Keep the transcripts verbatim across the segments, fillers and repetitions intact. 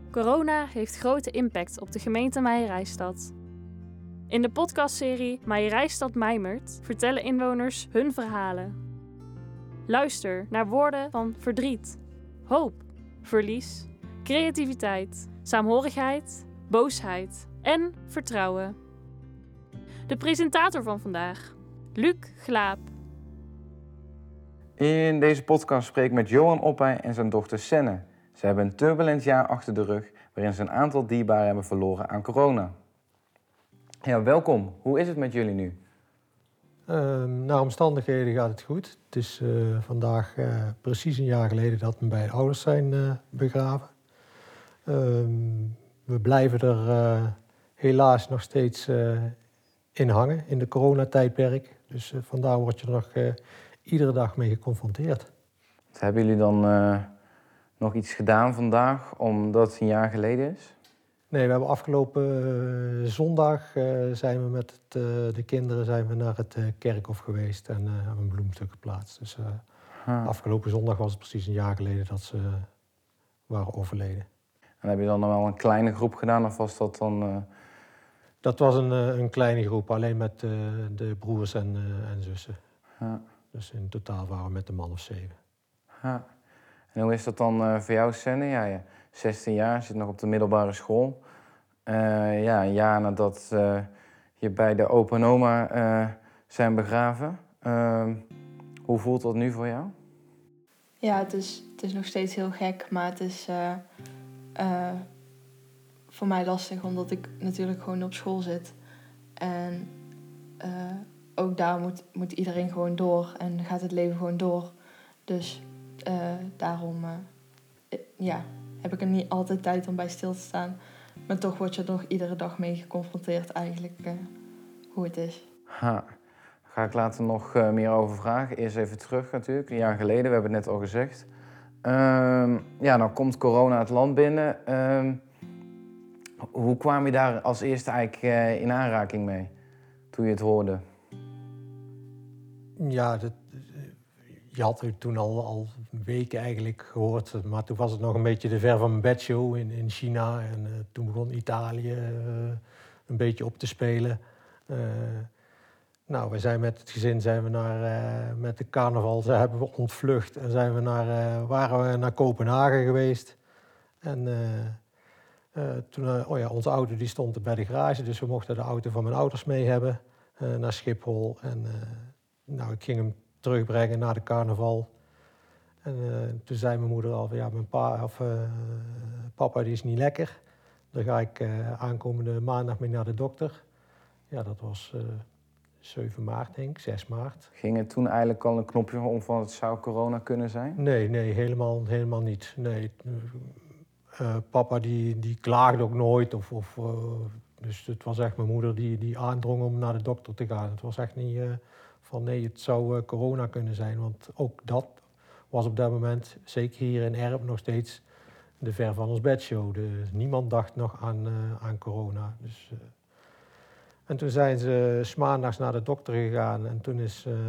Corona heeft grote impact op de gemeente Meijerijstad. In de podcastserie Meijerijstad Mijmert vertellen inwoners hun verhalen. Luister naar woorden van verdriet, hoop, verlies, creativiteit, saamhorigheid, boosheid en vertrouwen. De presentator van vandaag, Luc Glaap. In deze podcast spreek ik met Johan Oppey en zijn dochter Senne. Ze hebben een turbulent jaar achter de rug waarin ze een aantal dierbaren hebben verloren aan corona. Ja, welkom. Hoe is het met jullie nu? Uh, naar omstandigheden gaat het goed. Het is uh, vandaag uh, precies een jaar geleden dat mijn beide ouders zijn uh, begraven. Uh, we blijven er uh, helaas nog steeds uh, in hangen in de coronatijdperk. Dus uh, vandaar word je er nog uh, iedere dag mee geconfronteerd. Hebben jullie dan uh, nog iets gedaan vandaag omdat het een jaar geleden is? Nee, we hebben afgelopen uh, zondag uh, zijn we met het, uh, de kinderen zijn we naar het uh, kerkhof geweest en uh, hebben een bloemstuk geplaatst. Dus uh, huh. afgelopen zondag was het precies een jaar geleden dat ze uh, waren overleden. En heb je dan nog wel een kleine groep gedaan of was dat dan... Uh... Dat was een, uh, een kleine groep, alleen met uh, de broers en, uh, en zussen. Huh. Dus in totaal waren we met een man of zeven. Huh. En hoe is dat dan uh, voor jou, Senne? Ja, ja. zestien jaar, zit nog op de middelbare school. Uh, ja, een jaar nadat uh, je bij de opa en oma uh, zijn begraven. Uh, hoe voelt dat nu voor jou? Ja, het is, het is nog steeds heel gek, maar het is uh, uh, voor mij lastig omdat ik natuurlijk gewoon op school zit. En uh, ook daar moet, moet iedereen gewoon door en gaat het leven gewoon door. Dus uh, daarom, uh, ja... heb ik er niet altijd tijd om bij stil te staan. Maar toch word je er nog iedere dag mee geconfronteerd eigenlijk uh, hoe het is. Ha, daar ga ik later nog uh, meer over vragen. Eerst even terug natuurlijk, een jaar geleden, we hebben het net al gezegd. Uh, ja, nou komt corona het land binnen. Uh, hoe kwam je daar als eerste eigenlijk uh, in aanraking mee, toen je het hoorde? Ja, dat... Je had het toen al, al weken eigenlijk gehoord, maar toen was het nog een beetje de ver van mijn bedshow in, in China. En uh, toen begon Italië uh, een beetje op te spelen. Uh, nou, we zijn met het gezin zijn we naar, uh, met de carnaval ze hebben we ontvlucht en zijn we naar, uh, waren we naar Kopenhagen geweest. En uh, uh, toen, uh, oh ja, onze auto die stond er bij de garage, dus we mochten de auto van mijn ouders mee hebben uh, naar Schiphol. En uh, nou, ik ging hem terugbrengen na de carnaval. En uh, toen zei mijn moeder al van ja, mijn pa, of, uh, papa die is niet lekker. Dan ga ik uh, aankomende maandag mee naar de dokter. Ja, dat was uh, zeven maart denk ik, zes maart. Ging het toen eigenlijk al een knopje om van het zou corona kunnen zijn? Nee, nee, helemaal, helemaal niet. Nee. Uh, papa die, die klaagde ook nooit. Of, of, uh, dus het was echt mijn moeder die, die aandrong om naar de dokter te gaan. Het was echt niet... Uh, van nee, het zou uh, corona kunnen zijn. Want ook dat was op dat moment, zeker hier in Erp, nog steeds de ver van ons bedshow. Dus niemand dacht nog aan, uh, aan corona. Dus, uh... En toen zijn ze 's maandags naar de dokter gegaan. En toen is uh,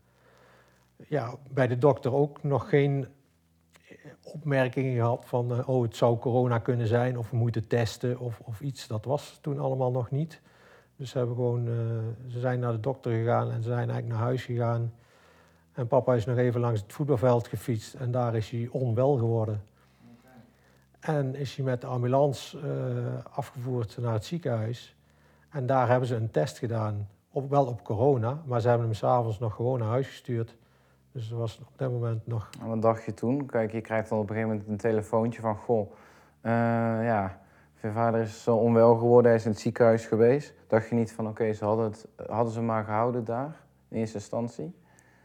ja, bij de dokter ook nog geen opmerkingen gehad van... Uh, oh, het zou corona kunnen zijn of we moeten testen of, of iets. Dat was toen allemaal nog niet. Dus ze, hebben gewoon, uh, ze zijn naar de dokter gegaan en ze zijn eigenlijk naar huis gegaan. En papa is nog even langs het voetbalveld gefietst en daar is hij onwel geworden. Okay. En is hij met de ambulance uh, afgevoerd naar het ziekenhuis. En daar hebben ze een test gedaan, op, wel op corona, maar ze hebben hem 's avonds nog gewoon naar huis gestuurd. Dus er was op dat moment nog... En wat dacht je toen? Kijk, je krijgt dan op een gegeven moment een telefoontje van... Goh, uh, ja... je vader is zo onwel geworden, hij is in het ziekenhuis geweest. Dacht je niet van, oké, okay, ze hadden, het, hadden ze maar gehouden daar, in eerste instantie?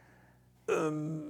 Um,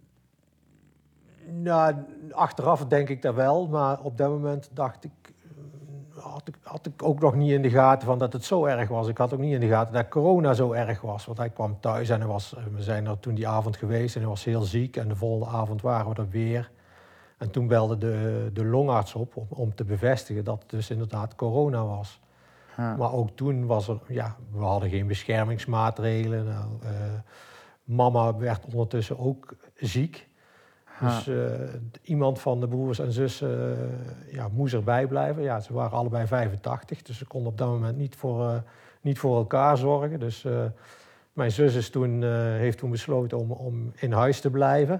nou, achteraf denk ik dat wel, maar op dat moment dacht ik, had ik, had ik ook nog niet in de gaten van dat het zo erg was. Ik had ook niet in de gaten dat corona zo erg was, want hij kwam thuis en hij was, we zijn er toen die avond geweest en hij was heel ziek. En de volgende avond waren we er weer. En toen belde de, de longarts op om, om te bevestigen dat het dus inderdaad corona was. Huh. Maar ook toen was er, ja, we hadden geen beschermingsmaatregelen. Nou, uh, mama werd ondertussen ook ziek. Ha. Dus uh, iemand van de broers en zussen uh, ja, moest erbij blijven. Ja, ze waren allebei vijfentachtig, dus ze konden op dat moment niet voor, uh, niet voor elkaar zorgen. Dus uh, mijn zus is toen, uh, heeft toen besloten om, om in huis te blijven.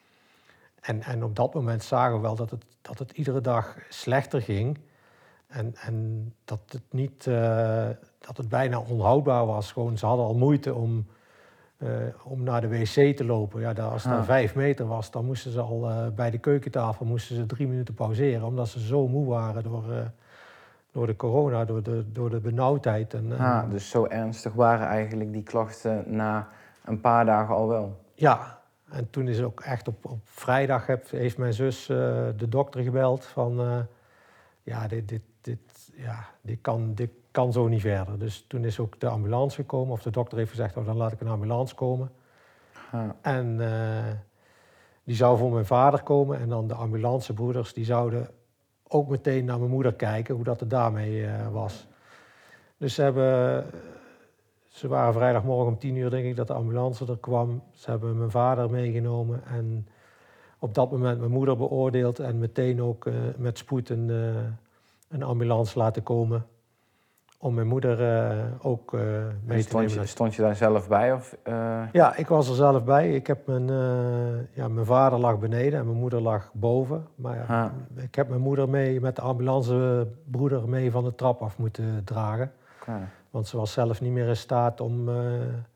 En, en op dat moment zagen we wel dat het, dat het iedere dag slechter ging. En, en dat het niet, uh, dat het bijna onhoudbaar was. Gewoon, ze hadden al moeite om, uh, om naar de wc te lopen. Ja, daar, als het Ah. dan vijf meter was, dan moesten ze al uh, bij de keukentafel moesten ze drie minuten pauzeren. Omdat ze zo moe waren door, uh, door de corona, door de, door de benauwdheid. En, en, Ah, dus zo ernstig waren eigenlijk die klachten na een paar dagen al wel? Ja. En toen is ook echt op, op vrijdag heb, heeft mijn zus uh, de dokter gebeld van... Uh, ja, dit, dit, dit, ja dit, kan, dit kan zo niet verder. Dus toen is ook de ambulance gekomen. Of de dokter heeft gezegd, oh, dan laat ik een ambulance komen. Ha. En uh, die zou voor mijn vader komen. En dan de ambulancebroeders, die zouden ook meteen naar mijn moeder kijken... hoe dat er daarmee uh, was. Dus ze hebben... Ze waren vrijdagmorgen om tien uur, denk ik, dat de ambulance er kwam. Ze hebben mijn vader meegenomen en op dat moment mijn moeder beoordeeld... en meteen ook uh, met spoed een, uh, een ambulance laten komen... om mijn moeder uh, ook uh, mee te nemen. Je, stond je daar zelf bij? Of, uh... Ja, ik was er zelf bij. Ik heb mijn, uh, ja, mijn vader lag beneden en mijn moeder lag boven. Maar ja, ik heb mijn moeder mee met de ambulancebroeder mee van de trap af moeten dragen. Okay. Want ze was zelf niet meer in staat om, uh,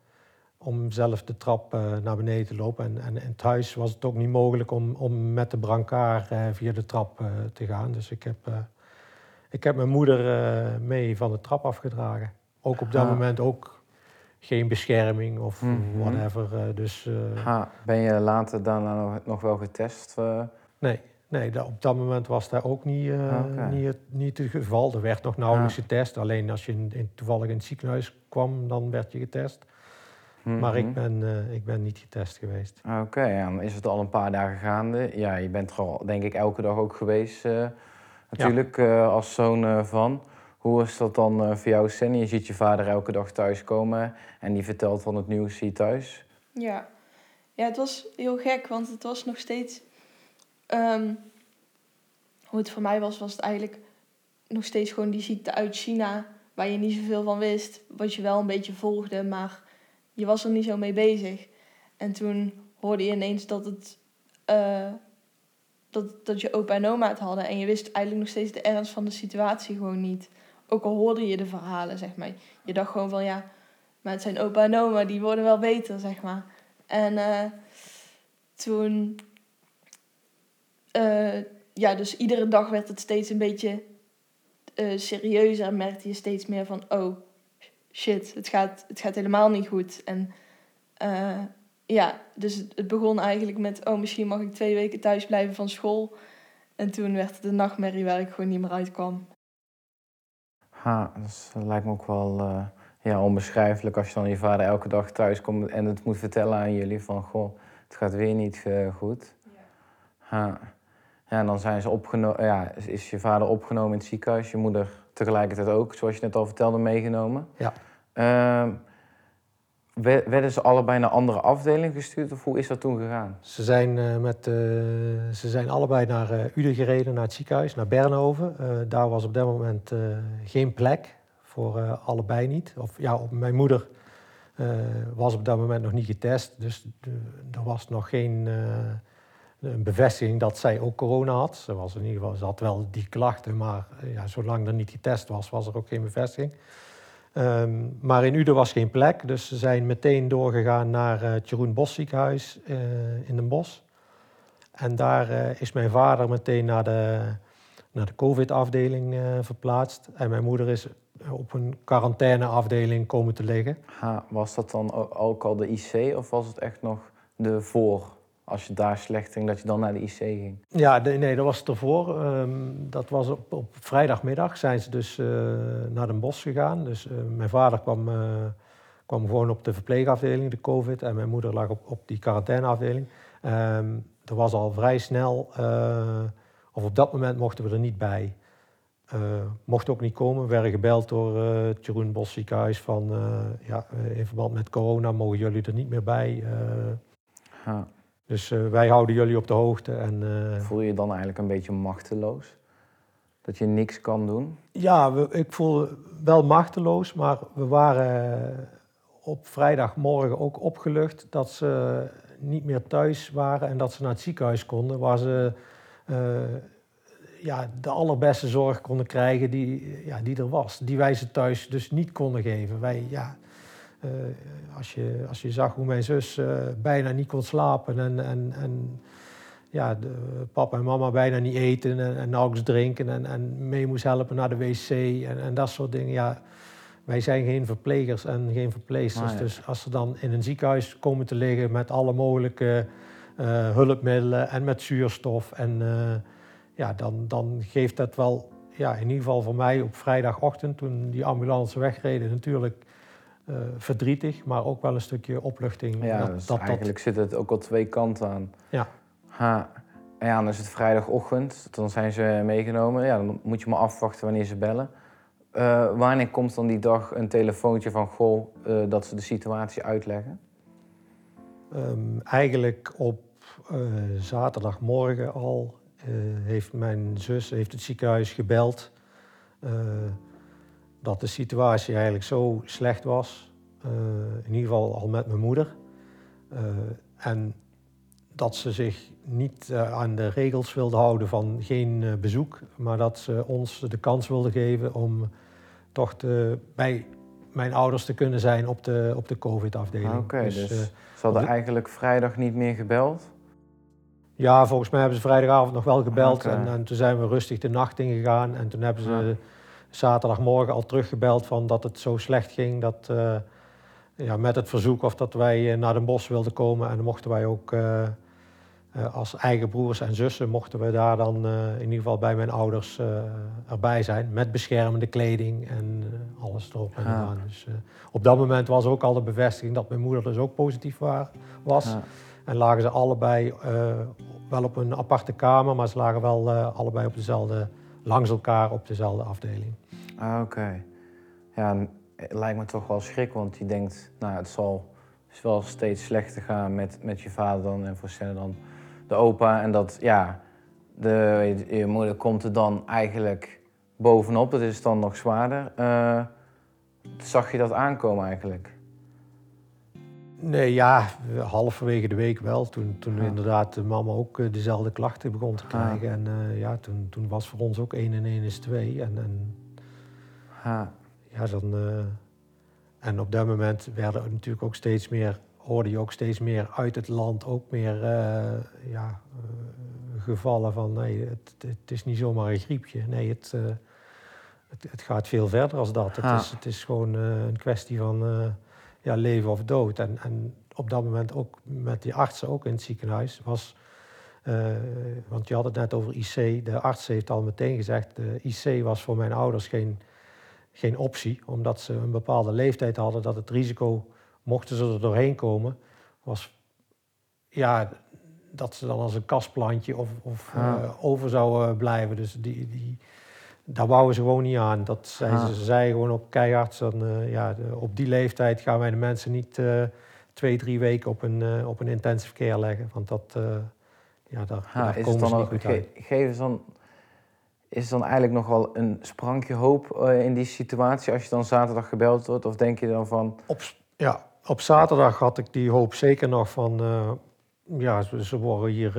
om zelf de trap uh, naar beneden te lopen. En, en, en thuis was het ook niet mogelijk om, om met de brancard uh, via de trap uh, te gaan. Dus ik heb, uh, ik heb mijn moeder uh, mee van de trap afgedragen. Ook op dat ah. moment ook geen bescherming of mm-hmm. whatever. Uh, dus, uh, ah, ben je later daarna nog, nog wel getest? Uh... Nee. Nee, dat, op dat moment was dat ook niet, uh, okay. niet, niet het geval. Er werd nog nauwelijks ja. getest. Alleen als je in, in, toevallig in het ziekenhuis kwam, dan werd je getest. Mm-hmm. Maar ik ben, uh, ik ben niet getest geweest. Oké, okay, ja, dan is het al een paar dagen gaande. Ja, je bent er al, denk ik, elke dag ook geweest. Uh, natuurlijk, ja. uh, als zoon uh, van. Hoe is dat dan uh, voor jou, Sanny? Je ziet je vader elke dag thuiskomen en die vertelt van het nieuws hier thuis. Ja. ja, het was heel gek, want het was nog steeds... Um, hoe het voor mij was, was het eigenlijk nog steeds gewoon die ziekte uit China, waar je niet zoveel van wist, wat je wel een beetje volgde, maar je was er niet zo mee bezig. En toen hoorde je ineens dat, het, uh, dat, dat je opa en oma het hadden en je wist eigenlijk nog steeds de ernst van de situatie gewoon niet. Ook al hoorde je de verhalen, zeg maar. Je dacht gewoon van ja, maar het zijn opa en oma, die worden wel beter, zeg maar. En uh, toen... Uh, ja, dus iedere dag werd het steeds een beetje uh, serieuzer en merkte je steeds meer van, oh, shit, het gaat, het gaat helemaal niet goed. En uh, ja, dus het, het begon eigenlijk met, oh, misschien mag ik twee weken thuis blijven van school. En toen werd het een nachtmerrie waar ik gewoon niet meer uitkwam. Ha, dat lijkt me ook wel uh, ja, onbeschrijfelijk als je dan je vader elke dag thuis komt en het moet vertellen aan jullie van, goh, het gaat weer niet uh, goed. Ja. Ha. Ja, en dan zijn ze opgenomen, ja, is je vader opgenomen in het ziekenhuis, je moeder tegelijkertijd ook, zoals je net al vertelde, meegenomen. Ja. Uh, werden ze allebei naar andere afdelingen gestuurd of hoe is dat toen gegaan? Ze zijn, uh, met, uh, ze zijn allebei naar uh, Uden gereden, naar het ziekenhuis, naar Bernhoven. Uh, daar was op dat moment uh, geen plek, voor uh, allebei niet. Of, ja, op, mijn moeder uh, was op dat moment nog niet getest, dus uh, er was nog geen... Uh, een bevestiging dat zij ook corona had. Ze, was in ieder geval, ze had wel die klachten, maar ja, zolang er niet getest was, was er ook geen bevestiging. Um, maar in Uden was geen plek, dus ze zijn meteen doorgegaan naar uh, het Jeroen Bosch ziekenhuis uh, in Den Bosch. En daar uh, is mijn vader meteen naar de, naar de COVID-afdeling uh, verplaatst. En mijn moeder is op een quarantaineafdeling komen te liggen. Ha, was dat dan ook al de I C of was het echt nog de voor? Als je daar slecht ging, dat je dan naar de I C ging? Ja, de, nee, dat was het ervoor. Um, dat was op, op vrijdagmiddag zijn ze dus uh, naar Den Bosch gegaan. Dus uh, mijn vader kwam, uh, kwam gewoon op de verpleegafdeling, de COVID. En mijn moeder lag op, op die quarantaineafdeling. Um, er was al vrij snel, uh, of op dat moment mochten we er niet bij. Uh, mochten ook niet komen. We werden gebeld door uh, het Jeroen Bosch ziekenhuis van... Uh, ja, in verband met corona mogen jullie er niet meer bij. Uh, ha. Dus uh, wij houden jullie op de hoogte. En, uh, Voel je je dan eigenlijk een beetje machteloos? Dat je niks kan doen? Ja, we, ik voel wel machteloos, maar we waren op vrijdagmorgen ook opgelucht dat ze niet meer thuis waren en dat ze naar het ziekenhuis konden, waar ze uh, ja, de allerbeste zorg konden krijgen die, ja, die er was. Die wij ze thuis dus niet konden geven. Wij, ja, uh, als, je, als je zag hoe mijn zus uh, bijna niet kon slapen en, en, en ja, de, papa en mama bijna niet eten en, en nauwelijks drinken en, en mee moest helpen naar de wc en, en dat soort dingen. Ja, wij zijn geen verplegers en geen verpleegsters. Ah, ja. Dus als ze dan in een ziekenhuis komen te liggen met alle mogelijke uh, hulpmiddelen en met zuurstof, en uh, ja, dan, dan geeft dat wel, ja, in ieder geval voor mij op vrijdagochtend, toen die ambulance wegreden, natuurlijk uh, verdrietig, maar ook wel een stukje opluchting. Ja, dat, dus dat, eigenlijk dat... zit het ook al twee kanten aan. Ja. Ha. En ja, dan is het vrijdagochtend, dan zijn ze meegenomen. Ja, dan moet je maar afwachten wanneer ze bellen. Uh, wanneer komt dan die dag een telefoontje van goh, uh, dat ze de situatie uitleggen? Um, eigenlijk op uh, zaterdagmorgen al uh, heeft mijn zus heeft het ziekenhuis gebeld uh, dat de situatie eigenlijk zo slecht was. Uh, in ieder geval al met mijn moeder. Uh, en dat ze zich niet uh, aan de regels wilde houden van geen uh, bezoek, maar dat ze ons de kans wilde geven om toch te, bij mijn ouders te kunnen zijn op de, op de COVID-afdeling. Ah, Oké, okay, dus, dus uh, ze hadden de... eigenlijk vrijdag niet meer gebeld? Ja, volgens mij hebben ze vrijdagavond nog wel gebeld. Okay. en, en toen zijn we rustig de nacht ingegaan. En toen hebben ze ja. zaterdagmorgen al teruggebeld van dat het zo slecht ging. Dat, uh, ja, met het verzoek of dat wij naar Den Bosch wilden komen. En dan mochten wij ook uh, uh, als eigen broers en zussen mochten we daar dan uh, in ieder geval bij mijn ouders uh, erbij zijn. Met beschermende kleding en uh, alles erop en eraan. Ja. Dus uh, op dat moment was ook al de bevestiging dat mijn moeder dus ook positief waar, was. Ja. En lagen ze allebei uh, wel op een aparte kamer, maar ze lagen wel uh, allebei op dezelfde, langs elkaar op dezelfde afdeling. Ah, Oké. Okay. Ja, het lijkt me toch wel schrik, want je denkt, nou, het zal dus wel steeds slechter gaan met, met je vader dan en voor Senne dan de opa. En dat, ja, de, je moeder komt er dan eigenlijk bovenop, dat is dan nog zwaarder. Uh, zag je dat aankomen eigenlijk? Nee, ja, halverwege de week wel. Toen, toen ja. inderdaad de mama ook uh, dezelfde klachten begon te krijgen. Ja. En uh, ja, toen, toen was voor ons ook één en één is twee. En, en ja. ja, dan... Uh, en op dat moment werden er natuurlijk ook steeds meer, hoorde je ook steeds meer uit het land ook meer uh, ja, uh, gevallen van nee, het, het is niet zomaar een griepje. Nee, het, uh, het, het gaat veel verder als dat. Ja. Het, is, het is gewoon uh, een kwestie van uh, ja, leven of dood. En, en op dat moment ook met die artsen ook in het ziekenhuis was, uh, want je had het net over I C. De arts heeft al meteen gezegd, de I C was voor mijn ouders geen... geen optie, omdat ze een bepaalde leeftijd hadden, dat het risico, mochten ze er doorheen komen, was ja, dat ze dan als een kastplantje of, of ah. uh, over zouden blijven. Dus die, die, daar wouden ze gewoon niet aan. Dat zei ah. ze, ze zeiden gewoon op keihard, dan, uh, ja, de, op die leeftijd gaan wij de mensen niet uh, twee, drie weken op een, uh, op een intensive care leggen. Want dat, uh, ja, daar, ah, daar komen ze niet goed uit. Geven ze dan... Is er dan eigenlijk nog wel een sprankje hoop uh, in die situatie als je dan zaterdag gebeld wordt? Of denk je dan van... Op, ja, op zaterdag had ik die hoop zeker nog van... Uh, ja, ze, ze worden hier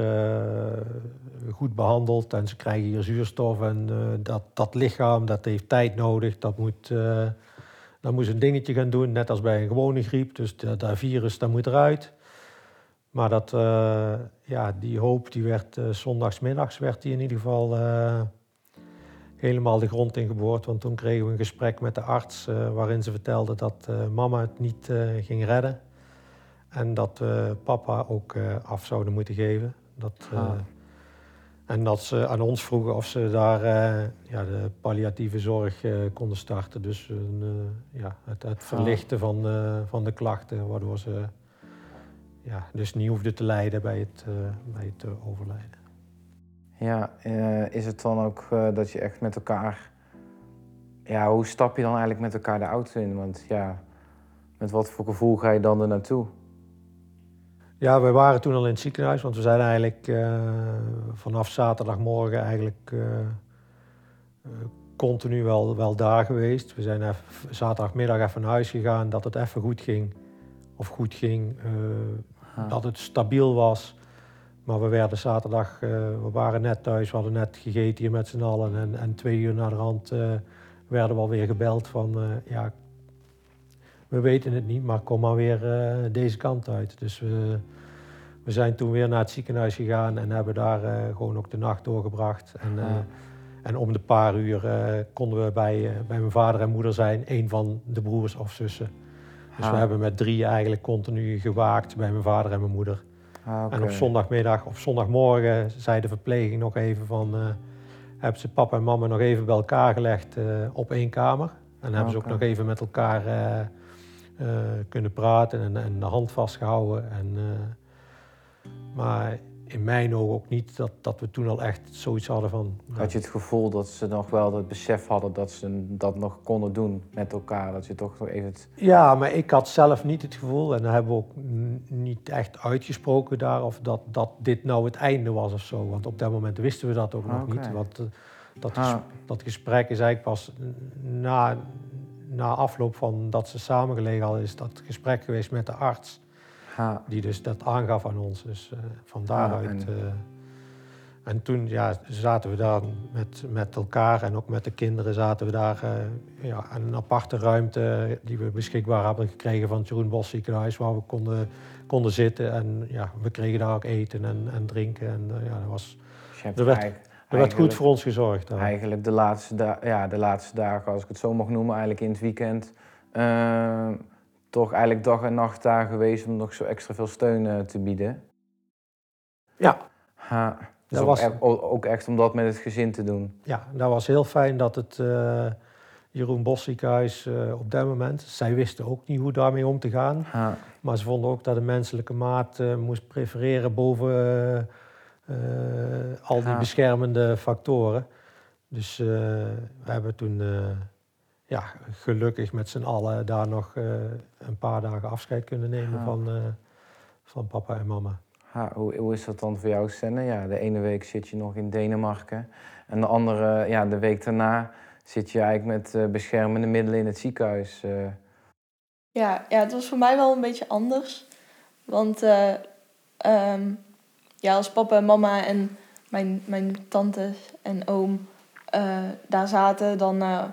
uh, goed behandeld en ze krijgen hier zuurstof. En uh, dat, dat lichaam, dat heeft tijd nodig. Dat moet, uh, dat moet een dingetje gaan doen, net als bij een gewone griep. Dus dat, dat virus, dat moet eruit. Maar dat, uh, ja, die hoop, die werd uh, zondagsmiddags werd die in ieder geval... Uh, helemaal de grond in geboord, want toen kregen we een gesprek met de arts uh, waarin ze vertelde dat uh, mama het niet uh, ging redden en dat uh, papa ook uh, af zouden moeten geven. Dat, uh, ah. En dat ze aan ons vroegen of ze daar uh, ja, de palliatieve zorg uh, konden starten. Dus uh, ja, het, het verlichten ah. van, uh, van de klachten, waardoor ze ja, dus niet hoefden te lijden bij het, uh, bij het uh, overlijden. Ja, uh, is het dan ook uh, dat je echt met elkaar... Ja, hoe stap je dan eigenlijk met elkaar de auto in? Want ja, met wat voor gevoel ga je dan er naartoe? Ja, we waren toen al in het ziekenhuis, want we zijn eigenlijk uh, vanaf zaterdagmorgen eigenlijk uh, uh, continu wel, wel daar geweest. We zijn even, zaterdagmiddag even naar huis gegaan, dat het even goed ging. Of goed ging, uh, ah. dat het stabiel was. Maar we werden zaterdag, uh, we waren net thuis, we hadden net gegeten hier met z'n allen. En, en twee uur na de rand uh, werden we alweer gebeld van, uh, ja, we weten het niet, maar kom maar weer uh, deze kant uit. Dus we, we zijn toen weer naar het ziekenhuis gegaan en hebben daar uh, gewoon ook de nacht doorgebracht. En, uh, en om de paar uur uh, konden we bij, uh, bij mijn vader en moeder zijn, een van de broers of zussen. Dus ah. we hebben met drie eigenlijk continu gewaakt bij mijn vader en mijn moeder. Ah, okay. En op zondagmiddag of zondagmorgen zei de verpleging nog even van... Uh, hebben ze papa en mama nog even bij elkaar gelegd uh, op één kamer. En hebben okay. ze ook nog even met elkaar uh, uh, kunnen praten en, en de hand vastgehouden. En, uh, maar in mijn ogen ook niet dat, dat we toen al echt zoiets hadden van... Uh, Had je het gevoel dat ze nog wel het besef hadden dat ze dat nog konden doen met elkaar? Dat je toch nog even... Het... Ja, maar ik had zelf niet het gevoel, en dat hebben we ook n- niet echt uitgesproken daar, of dat, dat dit nou het einde was of zo. Want op dat moment wisten we dat ook ah, nog okay. niet. Want uh, dat, ah. ges- dat gesprek is eigenlijk pas na, na afloop van dat ze samengelegen hadden, is dat gesprek geweest met de arts. Ha. Die dus dat aangaf aan ons. Dus uh, van daaruit. Ha, en... Uh, en toen ja, zaten we daar met, met elkaar en ook met de kinderen zaten we daar uh, ja, in een aparte ruimte die we beschikbaar hebben gekregen van het Jeroen Bosch ziekenhuis, waar we konden, konden zitten. En ja, we kregen daar ook eten en, en drinken. En uh, ja, dat was, dus er werd, er werd goed voor ons gezorgd. Daar. Eigenlijk de laatste, da- ja, de laatste dagen, als ik het zo mag noemen, eigenlijk in het weekend. Uh, toch eigenlijk dag en nacht daar geweest om nog zo extra veel steun uh, te bieden. Ja. Ha. Dus dat ook, was, ook echt om dat met het gezin te doen. Ja, dat was heel fijn dat het uh, Jeroen Bosch ziekenhuis uh, op dat moment... Zij wisten ook niet hoe daarmee om te gaan. Ha. Maar ze vonden ook dat de menselijke maat uh, moest prefereren boven uh, uh, al die ha. beschermende factoren. Dus uh, we hebben toen uh, ja, gelukkig met z'n allen daar nog uh, een paar dagen afscheid kunnen nemen ha. van, uh, van papa en mama. Ha, hoe, hoe is dat dan voor jou, Senne? Ja, de ene week zit je nog in Denemarken en de andere, ja, de week daarna zit je eigenlijk met uh, beschermende middelen in het ziekenhuis. Uh. Ja, ja, het was voor mij wel een beetje anders. Want uh, um, ja, als papa en mama en mijn, mijn tantes en oom uh, daar zaten, dan... Uh,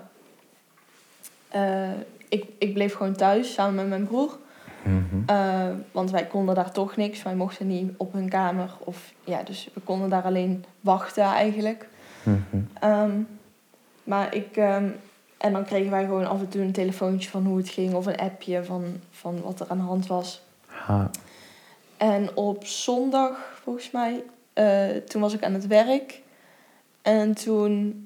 uh, ik, ik bleef gewoon thuis samen met mijn broer. Mm-hmm. Uh, want wij konden daar toch niks. Wij mochten niet op hun kamer. Of, ja, dus we konden daar alleen wachten eigenlijk. Mm-hmm. Um, maar ik... Um, en dan kregen wij gewoon af en toe een telefoontje van hoe het ging. Of een appje van, van wat er aan de hand was. Ha. En op zondag, volgens mij... Uh, toen was ik aan het werk. En toen...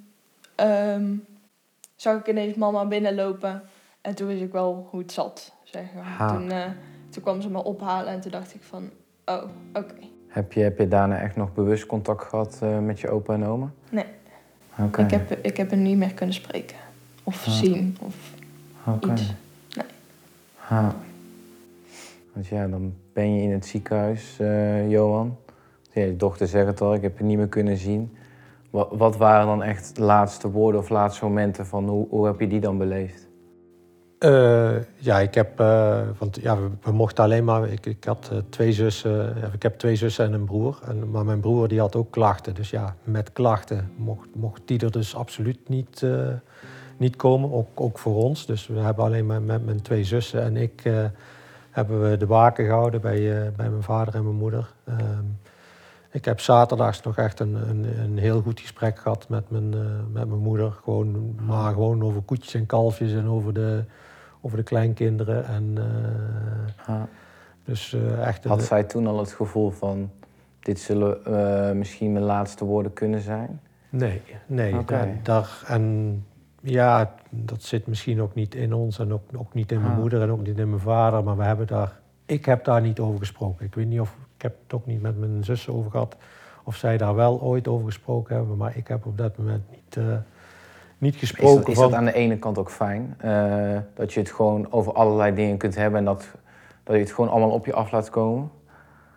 Um, zag ik ineens mama binnenlopen. En toen wist ik wel hoe het zat. Zeg maar. Toen, uh, toen kwam ze me ophalen en toen dacht ik van, oh, oké. Okay. Heb je, heb je daarna echt nog bewust contact gehad uh, met je opa en oma? Nee. Okay. Ik, heb, ik heb hem niet meer kunnen spreken. Of ha. zien, of okay. iets. Nee. Ha. Want ja, dan ben je in het ziekenhuis, uh, Johan. Ja, je dochter zegt het al, ik heb je niet meer kunnen zien. Wat, wat waren dan echt de laatste woorden of laatste momenten van hoe, hoe heb je die dan beleefd? Uh, ja, ik heb, uh, want ja, we, we mochten alleen maar, ik, ik had uh, twee zussen, uh, ik heb twee zussen en een broer. En, maar mijn broer die had ook klachten, dus ja, met klachten mocht, mocht die er dus absoluut niet, uh, niet komen, ook, ook voor ons. Dus we hebben alleen maar met mijn twee zussen en ik, uh, hebben we de waken gehouden bij, uh, bij mijn vader en mijn moeder. Uh, ik heb zaterdags nog echt een, een, een heel goed gesprek gehad met mijn, uh, met mijn moeder. Gewoon, maar gewoon over koetjes en kalfjes en over de... over de kleinkinderen. En, uh, ha. dus, uh, echt Had een, zij toen al het gevoel van... dit zullen uh, misschien mijn laatste woorden kunnen zijn? Nee, nee. Okay. Daar, daar, en ja, dat zit misschien ook niet in ons... en ook, ook niet in ha. mijn moeder en ook niet in mijn vader... maar we hebben daar, ik heb daar niet over gesproken. Ik weet niet of... Ik heb het ook niet met mijn zussen over gehad... of zij daar wel ooit over gesproken hebben... maar ik heb op dat moment niet... Uh, Niet gesproken is dat, is dat aan de ene kant ook fijn? Uh, dat je het gewoon over allerlei dingen kunt hebben en dat, dat je het gewoon allemaal op je af laat komen?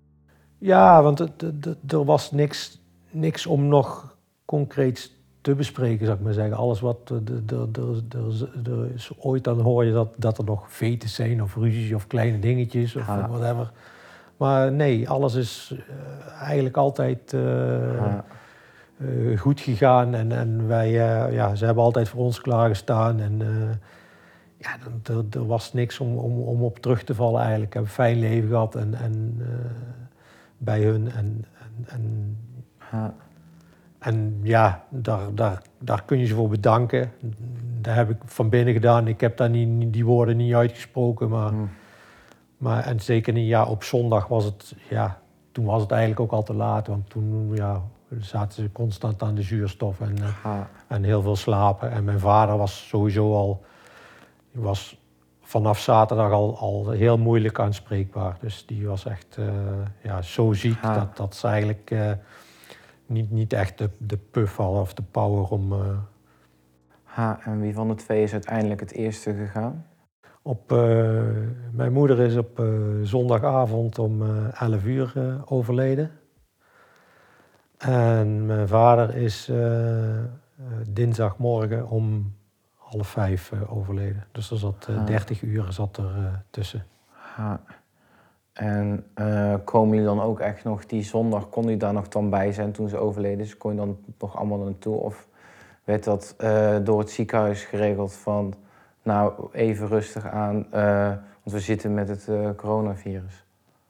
Ja, want het, het, het- er was niks, niks om nog concreet te bespreken, zou ik maar zeggen. Alles wat er, er, er, er, er is ooit, dan hoor je dat, dat er nog vetes zijn of ruzies of kleine dingetjes of Ja. whatever. Maar nee, alles is uh, eigenlijk altijd uh, Ja. uh, goed gegaan. En, en wij, uh, ja, ze hebben altijd voor ons klaargestaan. En uh, ja, er, er was niks om, om, om op terug te vallen eigenlijk. We hebben een fijn leven gehad en, en, uh, bij hun. En, en, en, Ja. en ja, daar, daar, daar kun je ze voor bedanken. Dat heb ik van binnen gedaan. Ik heb daar niet, die woorden niet uitgesproken, maar... Mm. Maar en zeker niet, ja, op zondag was het, ja, toen was het eigenlijk ook al te laat. Want toen ja, zaten ze constant aan de zuurstof en, uh, Ja. en heel veel slapen. En mijn vader was sowieso al, die was vanaf zaterdag al, al heel moeilijk aanspreekbaar. Dus die was echt uh, ja, zo ziek Ja. dat, dat ze eigenlijk uh, niet, niet echt de, de puff hadden of de power om... Uh, Ha, en wie van de twee is uiteindelijk het eerste gegaan? Op, uh, mijn moeder is op uh, zondagavond om uh, elf uur uh, overleden. En mijn vader is uh, uh, dinsdagmorgen om half vijf uh, overleden. Dus er zat uh, dertig uur zat er uh, tussen. Ha. En uh, komen jullie dan ook echt nog die zondag, kon u daar nog dan bij zijn toen ze overleden is? Kon je dan nog allemaal naartoe? Of werd dat uh, door het ziekenhuis geregeld van... Nou, even rustig aan, uh, want we zitten met het uh, coronavirus.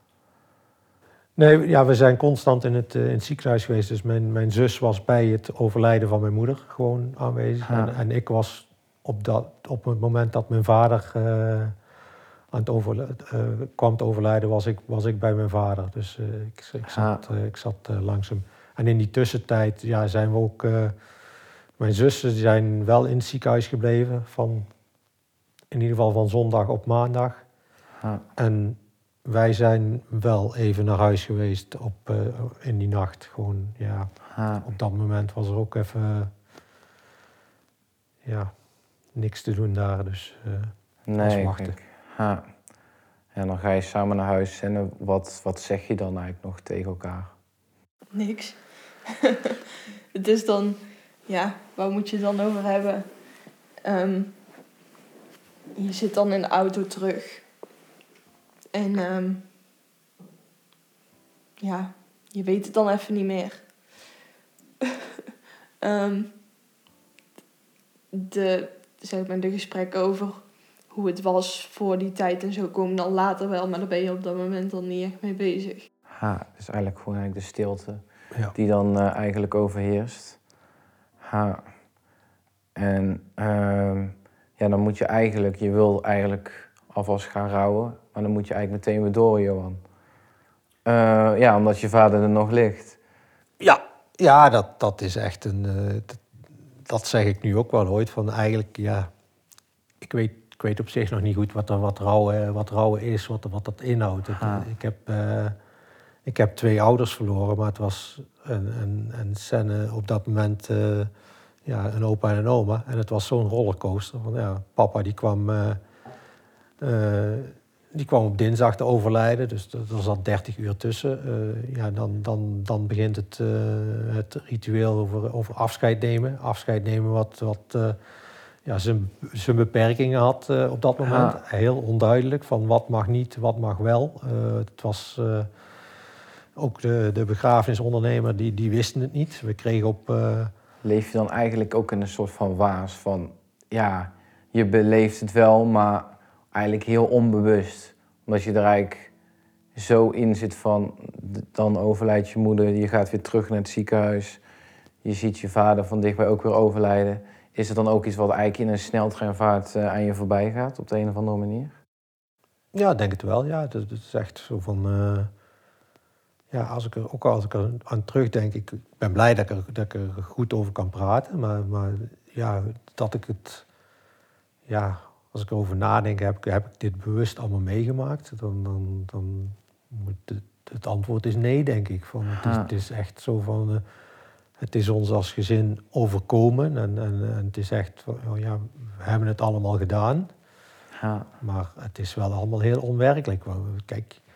Nee, ja, we zijn constant in het, uh, in het ziekenhuis geweest. Dus mijn, mijn zus was bij het overlijden van mijn moeder gewoon aanwezig. Ja. En, en ik was op, dat, op het moment dat mijn vader uh, aan het overle- uh, kwam te overlijden, was ik, was ik bij mijn vader. Dus uh, ik, ik zat, uh, ik zat uh, langs hem. En in die tussentijd ja, zijn we ook... Uh, mijn zussen zijn wel in het ziekenhuis gebleven van... In ieder geval van zondag op maandag. Ha. En wij zijn wel even naar huis geweest op, uh, in die nacht. Gewoon, ja, Ha. op dat moment was er ook even... Uh, ja, niks te doen daar, dus... Uh, Nee, wachten. kijk. Ha. En dan ga je samen naar huis en wat, wat zeg je dan eigenlijk nog tegen elkaar? Niks. Het is dan... Ja, waar moet je het dan over hebben? Um, je zit dan in de auto terug. En um, ja, je weet het dan even niet meer. um, de, zeg maar, de gesprekken over hoe het was voor die tijd en zo komen dan later wel, maar daar ben je op dat moment dan niet echt mee bezig. Ha, dus eigenlijk gewoon eigenlijk de stilte ja. die dan uh, eigenlijk overheerst. Ha. En uh, ja, dan moet je eigenlijk, je wil eigenlijk alvast gaan rouwen, maar dan moet je eigenlijk meteen weer door, Johan. Uh, ja, omdat je vader er nog ligt. Ja, ja dat, dat is echt een... Uh, dat, dat zeg ik nu ook wel ooit, van eigenlijk, ja... Ik weet, ik weet op zich nog niet goed wat, er, wat, rouwen, wat rouwen is, wat, wat dat inhoudt. Het, ik, heb, uh, ik heb twee ouders verloren, maar het was een, een, een scène op dat moment... Uh, ja, een opa en een oma. En het was zo'n rollercoaster. Want ja, papa die kwam, uh, uh, die kwam op dinsdag te overlijden. Dus er zat dertig uur tussen. Uh, ja, dan, dan, dan begint het, uh, het ritueel over, over afscheid nemen. Afscheid nemen wat, wat uh, ja, zijn, zijn beperkingen had uh, op dat moment. Ja. Heel onduidelijk van wat mag niet, wat mag wel. Uh, het was... Uh, ook de, de begrafenisondernemer, die, die wisten het niet. We kregen op... Uh, Leef je dan eigenlijk ook in een soort van waas van... Ja, je beleeft het wel, maar eigenlijk heel onbewust. Omdat je er eigenlijk zo in zit van... Dan overlijdt je moeder, je gaat weer terug naar het ziekenhuis. Je ziet je vader van dichtbij ook weer overlijden. Is er dan ook iets wat eigenlijk in een sneltreinvaart uh, aan je voorbij gaat op de een of andere manier? Ja, ik denk het wel. Ja, het is echt zo van... Uh... Ja, als ik er, ook als ik er aan terugdenk, ik ben blij dat ik er, dat ik er goed over kan praten. Maar, maar ja, dat ik het... Ja, als ik erover nadenk, heb, heb ik dit bewust allemaal meegemaakt. Dan, dan, dan moet het, het antwoord is nee, denk ik. Van, het, is, het is echt zo van... Uh, het is ons als gezin overkomen. En, en, en het is echt van, oh ja, we hebben het allemaal gedaan. Ja. Maar het is wel allemaal heel onwerkelijk. Kijk...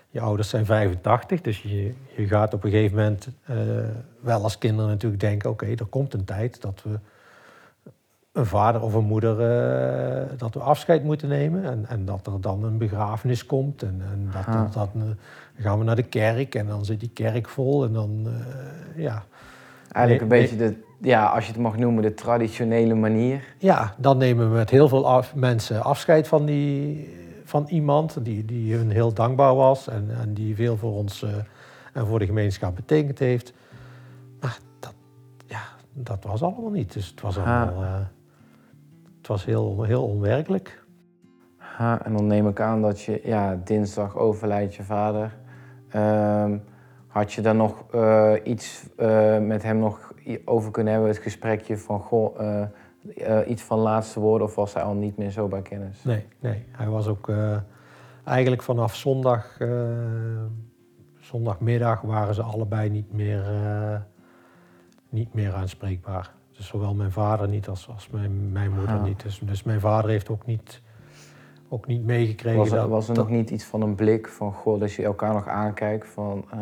je ouders zijn vijfentachtig, dus je, je gaat op een gegeven moment uh, wel als kinderen natuurlijk denken, oké, okay, er komt een tijd dat we een vader of een moeder, uh, dat we afscheid moeten nemen. En, en dat er dan een begrafenis komt. En, en dat, dat, dat, uh, dan gaan we naar de kerk en dan zit die kerk vol. En dan, uh, ja... Eigenlijk nee, een beetje de, ja, als je het mag noemen, de traditionele manier. Ja, dan nemen we met heel veel af, mensen afscheid van, die, van iemand die, die hun heel dankbaar was. En, en die veel voor ons uh, en voor de gemeenschap betekend heeft. Maar dat, ja, dat was allemaal niet. Dus het was allemaal... Uh, Het was heel, heel onwerkelijk. Ha, en dan neem ik aan dat je, ja, dinsdag overlijdt je vader. Uh, had je daar nog uh, iets uh, met hem nog over kunnen hebben, het gesprekje van, goh, uh, uh, iets van laatste woorden, of was hij al niet meer zo bij kennis? Nee, nee. Hij was ook uh, eigenlijk vanaf zondag, uh, zondagmiddag waren ze allebei niet meer, uh, niet meer aanspreekbaar. Dus zowel mijn vader niet als, als mijn, mijn moeder ah. niet. Dus, dus mijn vader heeft ook niet, ook niet meegekregen. Was er, dat, was er dat, nog niet iets van een blik van, goh, dat je elkaar nog aankijkt van, uh,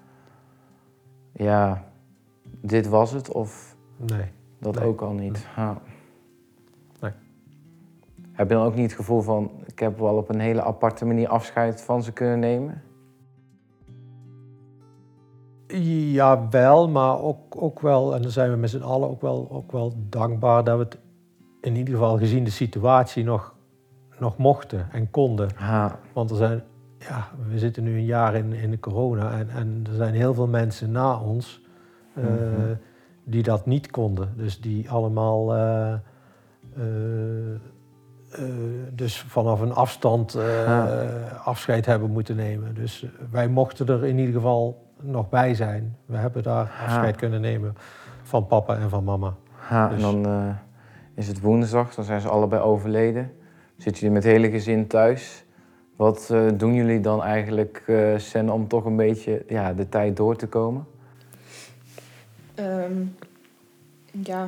ja, dit was het, of nee, dat nee. ook al niet? Nee. Ah. Nee. Heb je dan ook niet het gevoel van, ik heb wel op een hele aparte manier afscheid van ze kunnen nemen? Ja, wel, maar ook, ook wel, en dan zijn we met z'n allen ook wel, ook wel dankbaar dat we het in ieder geval gezien de situatie nog, nog mochten en konden. Ha. Want er zijn, ja, we zitten nu een jaar in, in de corona en, en er zijn heel veel mensen na ons uh, mm-hmm. die dat niet konden. Dus die allemaal uh, uh, uh, dus vanaf een afstand uh, afscheid hebben moeten nemen. Dus wij mochten er in ieder geval nog bij zijn. We hebben daar afscheid ha. kunnen nemen van papa en van mama. Ha, dus. En dan uh, is het woensdag, dan zijn ze allebei overleden. Zitten jullie met het hele gezin thuis. Wat uh, doen jullie dan eigenlijk, uh, Sen, om toch een beetje ja, de tijd door te komen? Um, ja,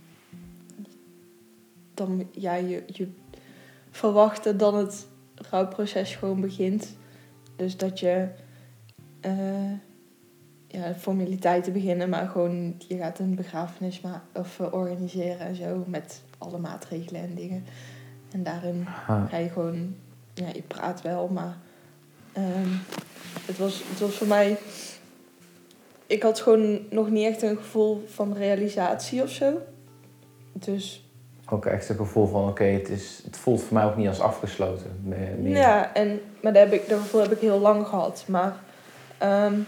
dan, ja je, je verwacht dat het rouwproces gewoon begint. Dus dat je... Uh, ja, formaliteiten beginnen, maar gewoon je gaat een begrafenis ma- of uh, organiseren en zo met alle maatregelen en dingen. En daarin ha. ga je gewoon, ja, je praat wel, maar um, het was, het was voor mij, ik had gewoon nog niet echt een gevoel van realisatie of zo. Dus ook echt een gevoel van, oké, okay, het is, het voelt voor mij ook niet als afgesloten. Meer. Ja, en maar dat heb ik, dat gevoel heb ik heel lang gehad, maar um,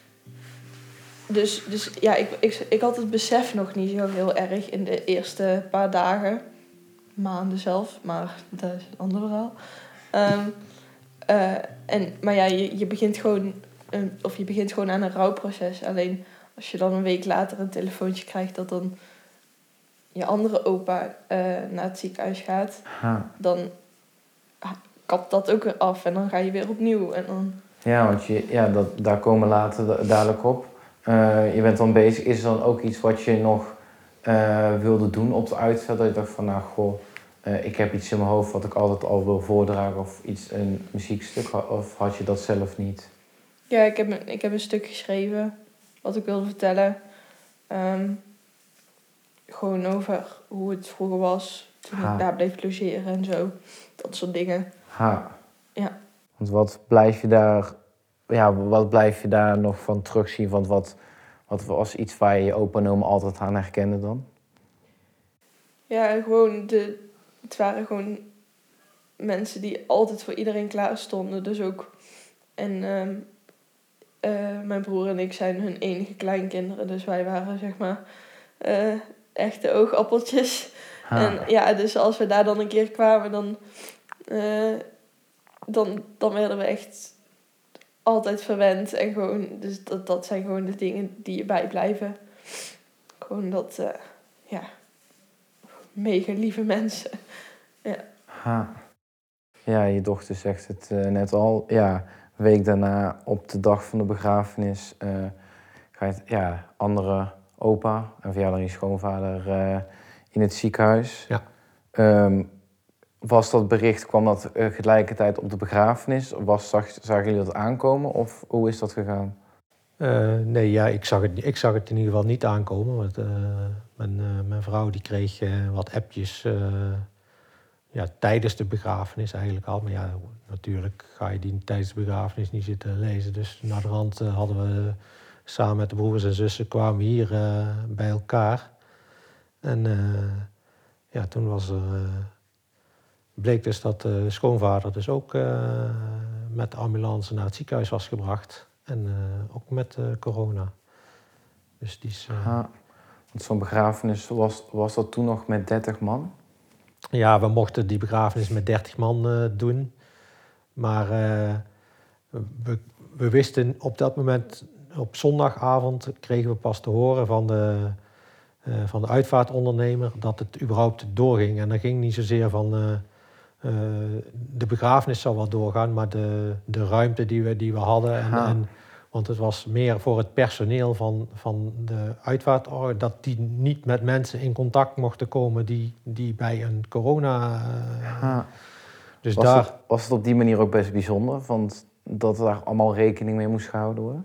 Dus, dus ja, ik, ik, ik had het besef nog niet zo heel erg in de eerste paar dagen. Maanden zelf, maar dat is een ander verhaal. Um, uh, en, maar ja, je, je begint gewoon... Um, of je begint gewoon aan een rouwproces. Alleen als je dan een week later een telefoontje krijgt dat dan je andere opa uh, naar het ziekenhuis gaat, ha. dan kapt dat ook weer af en dan ga je weer opnieuw. En dan... Ja, want je, ja, dat, daar komen we later dadelijk op. Uh, je bent dan bezig. Is er dan ook iets wat je nog uh, wilde doen op de uitstel? Dat je dacht van, nou goh, uh, ik heb iets in mijn hoofd wat ik altijd al wil voordragen of iets, een muziekstuk, of had je dat zelf niet? Ja, ik heb, ik heb een stuk geschreven wat ik wilde vertellen. Um, gewoon over hoe het vroeger was, toen ha. ik daar bleef logeren en zo. Dat soort dingen. Ha. Ja. Want wat blijf je daar, ja, wat blijf je daar nog van terugzien? Want wat, wat was iets waar je je opa en oma altijd aan herkende dan? Ja, gewoon de, het waren gewoon mensen die altijd voor iedereen klaar stonden. Dus ook, en um, uh, mijn broer en ik zijn hun enige kleinkinderen. Dus wij waren zeg maar uh, echte oogappeltjes. Ha. En ja, dus als we daar dan een keer kwamen, dan, uh, dan, dan werden we echt altijd verwend. En gewoon, dus dat, dat zijn gewoon de dingen die je bijblijven. Gewoon dat, uh, ja, mega lieve mensen. Ja. Ha. Ja, je dochter zegt het uh, net al. Ja, een week daarna, op de dag van de begrafenis, uh, ga je, ja, andere opa en voor jou dan je schoonvader uh, in het ziekenhuis. Ja. Um, was dat bericht, kwam dat uh, tegelijkertijd op de begrafenis? Was, zag, zagen jullie dat aankomen of hoe is dat gegaan? Uh, nee, ja, ik zag, het, ik zag het in ieder geval niet aankomen. Want, uh, mijn, uh, mijn vrouw die kreeg uh, wat appjes uh, ja, tijdens de begrafenis eigenlijk al. Maar ja, natuurlijk ga je die tijdens de begrafenis niet zitten lezen. Dus naderhand uh, hadden we samen met de broers en zussen kwamen we hier uh, bij elkaar. En uh, ja, toen was er, uh, bleek dus dat de schoonvader dus ook uh, met de ambulance naar het ziekenhuis was gebracht. En uh, ook met uh, corona. Dus die is... Uh... Ah, want zo'n begrafenis, was, was dat toen nog met dertig man? Ja, we mochten die begrafenis met dertig man uh, doen. Maar uh, we, we wisten op dat moment, op zondagavond, kregen we pas te horen van de, uh, van de uitvaartondernemer dat het überhaupt doorging. En dat ging niet zozeer van... Uh, uh, de begrafenis zou wel doorgaan, maar de, de ruimte die we, die we hadden... En, en, want het was meer voor het personeel van, van de uitvaart, dat die niet met mensen in contact mochten komen die, die bij een corona... Uh, dus was, daar... het, was het op die manier ook best bijzonder? Want dat daar allemaal rekening mee moest gehouden worden?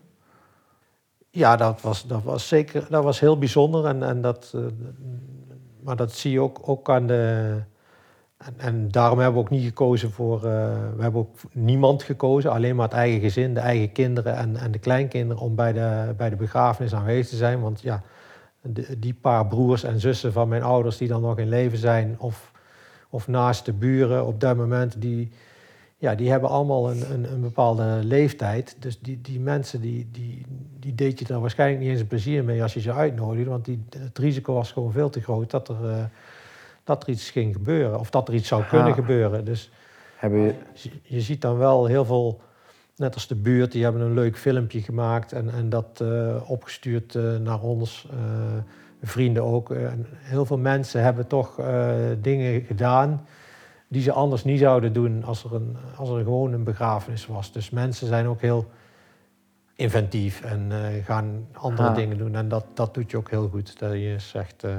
Ja, dat was, dat was zeker dat was heel bijzonder. En, en dat, uh, maar dat zie je ook, ook aan de... En, en daarom hebben we ook niet gekozen voor... Uh, we hebben ook niemand gekozen, alleen maar het eigen gezin, de eigen kinderen en, en de kleinkinderen om bij de, bij de begrafenis aanwezig te zijn. Want ja, de, die paar broers en zussen van mijn ouders die dan nog in leven zijn, of, of naast de buren op dat moment, die, ja, die hebben allemaal een, een, een bepaalde leeftijd. Dus die, die mensen, die, die, die deed je er waarschijnlijk niet eens een plezier mee als je ze uitnodigde. Want die, het risico was gewoon veel te groot dat er... Uh, dat er iets ging gebeuren, of dat er iets zou kunnen ja. gebeuren. Dus hebben je... je ziet dan wel heel veel, net als de buurt, die hebben een leuk filmpje gemaakt en, en dat uh, opgestuurd uh, naar ons, uh, vrienden ook. Uh, en heel veel mensen hebben toch uh, dingen gedaan die ze anders niet zouden doen als er, een, als er gewoon een begrafenis was. Dus mensen zijn ook heel inventief en uh, gaan andere ha. dingen doen. En dat, dat doet je ook heel goed, dat je zegt... Uh,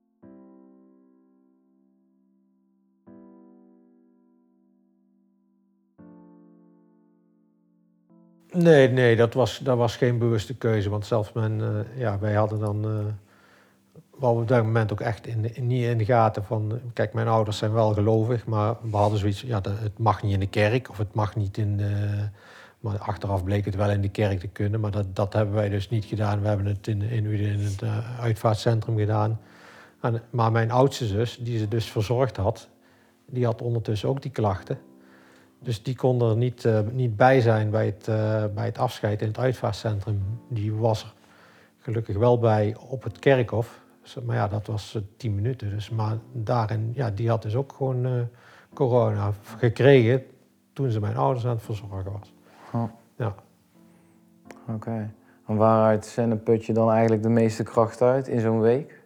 Nee, nee, dat was, dat was geen bewuste keuze. Want zelfs mijn, uh, ja, wij hadden dan, uh, wat we op dat moment ook echt in, in, niet in de gaten van... Kijk, mijn ouders zijn wel gelovig, maar we hadden zoiets... Ja, dat, het mag niet in de kerk of het mag niet in... Uh, maar achteraf bleek het wel in de kerk te kunnen. Maar dat, dat hebben wij dus niet gedaan. We hebben het in, in, in het uh, uitvaartcentrum gedaan. En, maar mijn oudste zus, die ze dus verzorgd had... die had ondertussen ook die klachten. Dus die kon er niet, uh, niet bij zijn bij het, uh, bij het afscheid in het uitvaartcentrum. Die was er gelukkig wel bij op het kerkhof. Maar ja, dat was uh, tien minuten. Dus, maar daarin, ja, die had dus ook gewoon uh, corona gekregen toen ze mijn ouders aan het verzorgen was. Oh. Ja. Oké. Okay. En waaruit zenden put je dan eigenlijk de meeste kracht uit in zo'n week?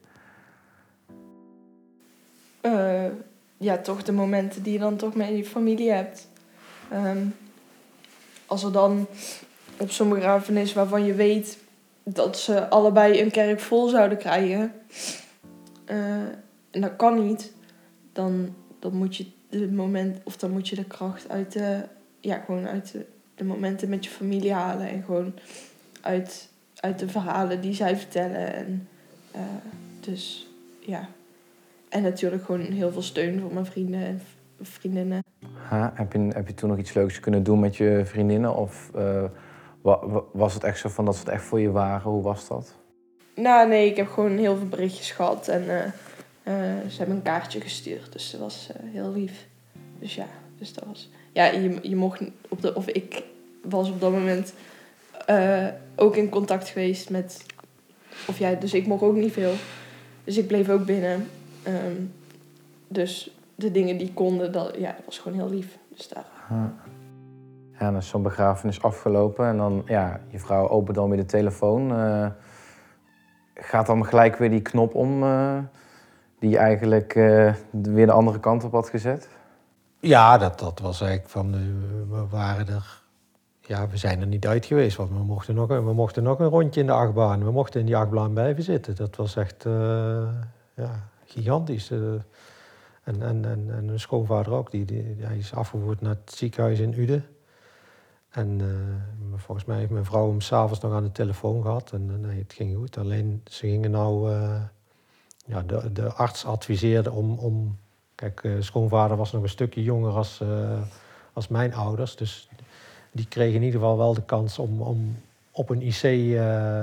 Uh, ja, toch de momenten die je dan toch met je familie hebt. Um, als er dan op zo'n begrafenis waarvan je weet dat ze allebei een kerk vol zouden krijgen, uh, en dat kan niet, dan, dan moet je de moment of dan moet je de kracht uit de, ja, gewoon uit de, de momenten met je familie halen en gewoon uit, uit de verhalen die zij vertellen. En uh, dus ja, en natuurlijk gewoon heel veel steun voor mijn vrienden en vriendinnen. Ha, heb, je, heb je toen nog iets leuks kunnen doen met je vriendinnen? Of uh, wa, was het echt zo van dat ze het echt voor je waren? Hoe was dat? Nou, nee, ik heb gewoon heel veel berichtjes gehad. En uh, uh, ze hebben een kaartje gestuurd. Dus dat was uh, heel lief. Dus ja, dus dat was... Ja, je, je mocht op de... Of ik was op dat moment uh, ook in contact geweest met... Of ja, dus ik mocht ook niet veel. Dus ik bleef ook binnen. Um, dus... De dingen die konden, dat, ja, dat was gewoon heel lief. Dus daar. Ja, dan is zo'n begrafenis afgelopen en dan, ja, je vrouw opent dan weer de telefoon. Uh, gaat dan gelijk weer die knop om uh, die je eigenlijk uh, weer de andere kant op had gezet? Ja, dat, dat was eigenlijk van, uh, we waren er, ja, we zijn er niet uit geweest. Want we mochten, nog, we mochten nog een rondje in de achtbaan. We mochten in die achtbaan blijven zitten. Dat was echt, uh, ja, gigantisch. Uh, En, en, en, en een schoonvader ook, die, die, hij is afgevoerd naar het ziekenhuis in Uden. En uh, volgens mij heeft mijn vrouw hem s'avonds nog aan de telefoon gehad. En uh, nee, het ging goed. Alleen ze gingen nou... Uh, ja, de, de arts adviseerde om... om kijk, uh, schoonvader was nog een stukje jonger als, uh, als mijn ouders. Dus die kregen in ieder geval wel de kans om, om op een I C uh,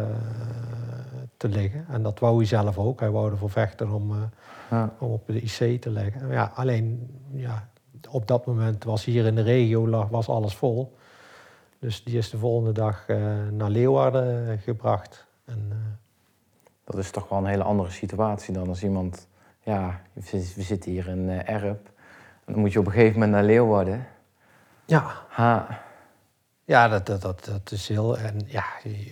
te liggen. En dat wou hij zelf ook. Hij wou ervoor vechten om, uh, ja. om op de I C te liggen. Ja, alleen, ja, op dat moment was hier in de regio lag, was alles vol. Dus die is de volgende dag uh, naar Leeuwarden uh, gebracht. En, uh, dat is toch wel een hele andere situatie dan als iemand... Ja, we zitten hier in uh, Erp. En dan moet je op een gegeven moment naar Leeuwarden. Ja. Ha. Ja, dat, dat, dat, dat is heel... En ja,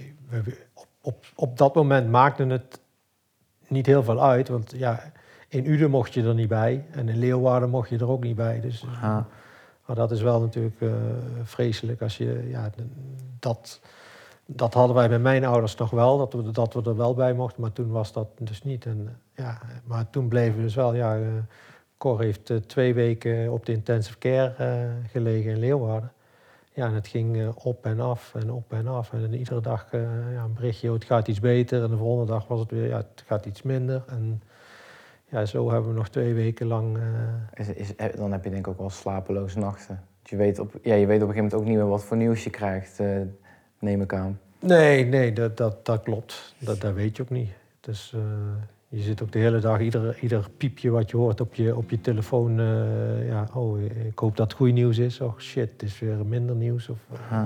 op, op, op dat moment maakte het niet heel veel uit. Want ja, in Uden mocht je er niet bij. En in Leeuwarden mocht je er ook niet bij. Dus... Ha. Maar dat is wel natuurlijk uh, vreselijk als je... Ja, dat, dat hadden wij met mijn ouders nog wel, dat we, dat we er wel bij mochten. Maar toen was dat dus niet. En, ja, maar toen bleven we dus wel... Ja, uh, Cor heeft uh, twee weken op de intensive care uh, gelegen in Leeuwarden. Ja, en het ging uh, op en af en op en af. En iedere dag uh, ja, een berichtje, het gaat iets beter. En de volgende dag was het weer, ja, het gaat iets minder. En... Ja, zo hebben we nog twee weken lang... Uh... Is, is, dan heb je denk ik ook wel slapeloze nachten. Je weet op, ja, je weet op een gegeven moment ook niet meer wat voor nieuws je krijgt, uh, neem ik aan. Nee, nee, dat, dat, dat klopt. Dat, dat weet je ook niet. Dus uh, je zit ook de hele dag, ieder, ieder piepje wat je hoort op je, op je telefoon... Uh, ja, oh, ik hoop dat het goed nieuws is. Oh shit, het is weer minder nieuws. Of, uh,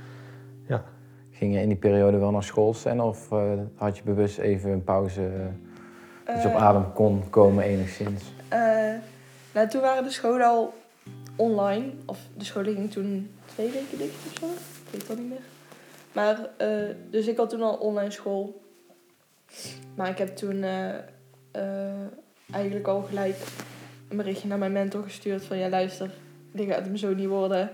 ja. Ging je in die periode wel naar school zijn of uh, had je bewust even een pauze... Uh... Dat je op adem kon komen enigszins? Uh, nou, toen waren de scholen al online. Of de scholen gingen toen twee weken dicht of zo. Ik weet het al niet meer. Maar, uh, dus ik had toen al online school. Maar ik heb toen uh, uh, eigenlijk al gelijk een berichtje naar mijn mentor gestuurd. Van ja, luister, dit gaat hem zo niet worden.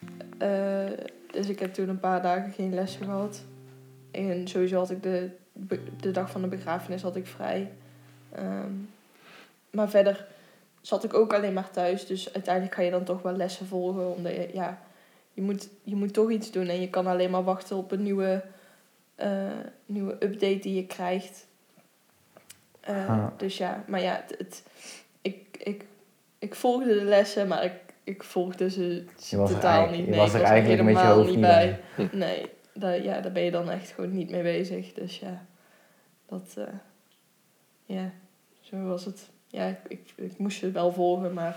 Uh, dus ik heb toen een paar dagen geen lessen gehad. En sowieso had ik de, de dag van de begrafenis had ik vrij. Um, maar verder zat ik ook alleen maar thuis. Dus uiteindelijk ga je dan toch wel lessen volgen. Omdat je, ja, je moet, je moet toch iets doen. En je kan alleen maar wachten op een nieuwe, uh, nieuwe update die je krijgt. Uh, ah. Dus ja, maar ja, het, het, ik, ik, ik volgde de lessen, maar ik, ik volgde ze, ze totaal niet. Je nee, was er eigenlijk met je hoofd niet bij. bij. Nee, daar, ja, daar ben je dan echt gewoon niet mee bezig. Dus ja, dat... Uh, Ja, zo was het. Ja, ik, ik, ik moest het wel volgen, maar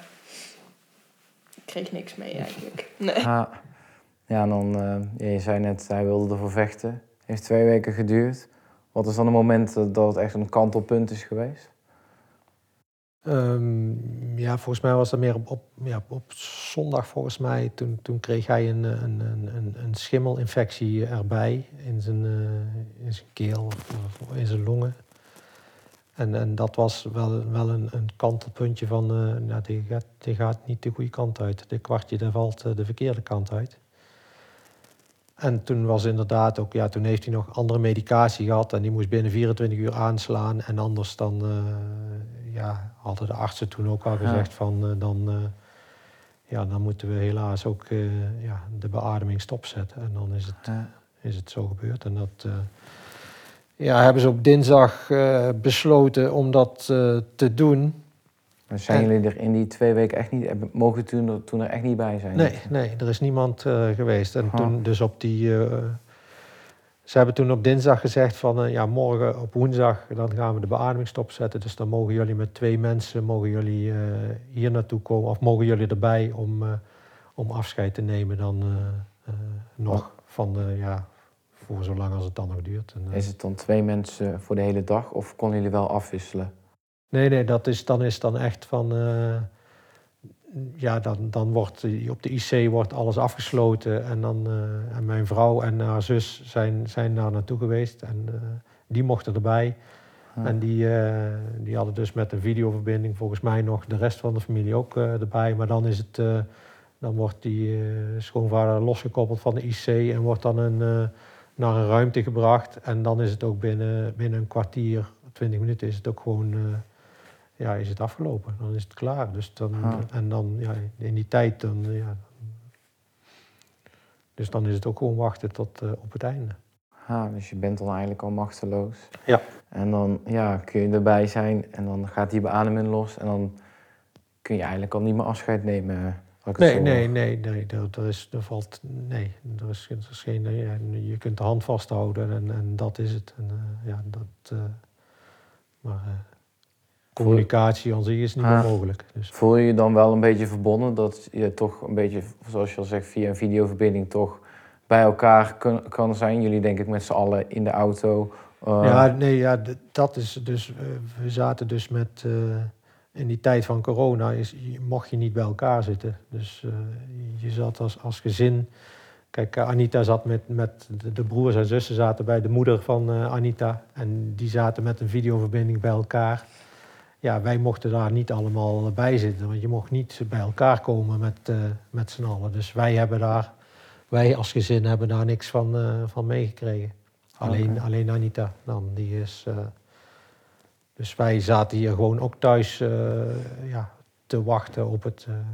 ik kreeg niks mee eigenlijk. Nee. Ah, ja, en dan, uh, ja, je zei net, hij wilde ervoor vechten. Heeft twee weken geduurd. Wat is dan het moment dat het echt een kantelpunt is geweest? Um, ja, volgens mij was dat meer op, op, ja, op zondag volgens mij. Toen, toen kreeg hij een, een, een, een schimmelinfectie erbij in zijn, uh, in zijn keel of, of in zijn longen. En, en dat was wel, wel een, een kantelpuntje van, uh, nou, die, gaat, die gaat niet de goede kant uit. Dit kwartje dat valt uh, de verkeerde kant uit. En toen was inderdaad ook, ja, toen heeft hij nog andere medicatie gehad en die moest binnen vierentwintig uur aanslaan. En anders dan, uh, ja, hadden de artsen toen ook al gezegd ja. van, uh, dan, uh, ja, dan moeten we helaas ook uh, ja, de beademing stopzetten. En dan is het, ja. is het zo gebeurd. En dat... Uh, Ja, hebben ze op dinsdag uh, besloten om dat uh, te doen. Maar zijn en... jullie er in die twee weken echt niet, mogen toen er, toen er echt niet bij zijn? Nee, nee, er is niemand uh, geweest. En oh. toen dus op die, uh, ze hebben toen op dinsdag gezegd van, uh, ja, morgen op woensdag dan gaan we de beademing stopzetten. Dus dan mogen jullie met twee mensen, mogen jullie uh, hier naartoe komen. Of mogen jullie erbij om, uh, om afscheid te nemen dan uh, uh, nog oh. van, uh, ja... voor zolang als het dan nog duurt. En, uh... Is het dan twee mensen voor de hele dag of konden jullie wel afwisselen? Nee, nee, dat is dan, is dan echt van... Uh, ja, dan, dan wordt op de I C wordt alles afgesloten. En, dan, uh, en mijn vrouw en haar zus zijn, zijn daar naartoe geweest. En uh, die mochten erbij. Ah. En die, uh, die hadden dus met een videoverbinding volgens mij nog de rest van de familie ook uh, erbij. Maar dan is het... Uh, dan wordt die uh, schoonvader losgekoppeld van de I C en wordt dan een... Uh, naar een ruimte gebracht en dan is het ook binnen, binnen een kwartier, twintig minuten is het ook gewoon uh, ja, is het afgelopen. Dan is het klaar. Dus dan, Ah. En dan ja, in die tijd, dan, ja, dus dan is het ook gewoon wachten tot uh, op het einde. Ah, dus je bent dan eigenlijk al machteloos. Ja. En dan ja, kun je erbij zijn en dan gaat die beademing los en dan kun je eigenlijk al niet meer afscheid nemen. Ik Nee, nee, nee, nee, er, er is, er valt, nee, er is, er is geen, ja, je kunt de hand vasthouden en, en dat is het. En, uh, ja, dat, uh, maar uh, communicatie aan zich is niet ah, meer mogelijk. Dus. Voel je je dan wel een beetje verbonden dat je toch een beetje, zoals je al zegt, via een videoverbinding toch bij elkaar kun, kan zijn? Jullie denk ik met z'n allen in de auto. Uh... Ja, nee, ja, dat is dus, uh, we zaten dus met... Uh, in die tijd van corona is, mocht je niet bij elkaar zitten. Dus uh, je zat als, als gezin... Kijk, Anita zat met, met de, de broers en zussen zaten bij de moeder van uh, Anita. En die zaten met een videoverbinding bij elkaar. Ja, wij mochten daar niet allemaal bij zitten. Want je mocht niet bij elkaar komen met, uh, met z'n allen. Dus wij hebben daar... Wij als gezin hebben daar niks van, uh, van meegekregen. Alleen, okay. alleen Anita dan, die is... Uh, Dus wij zaten hier gewoon ook thuis uh, ja, te wachten op het, uh,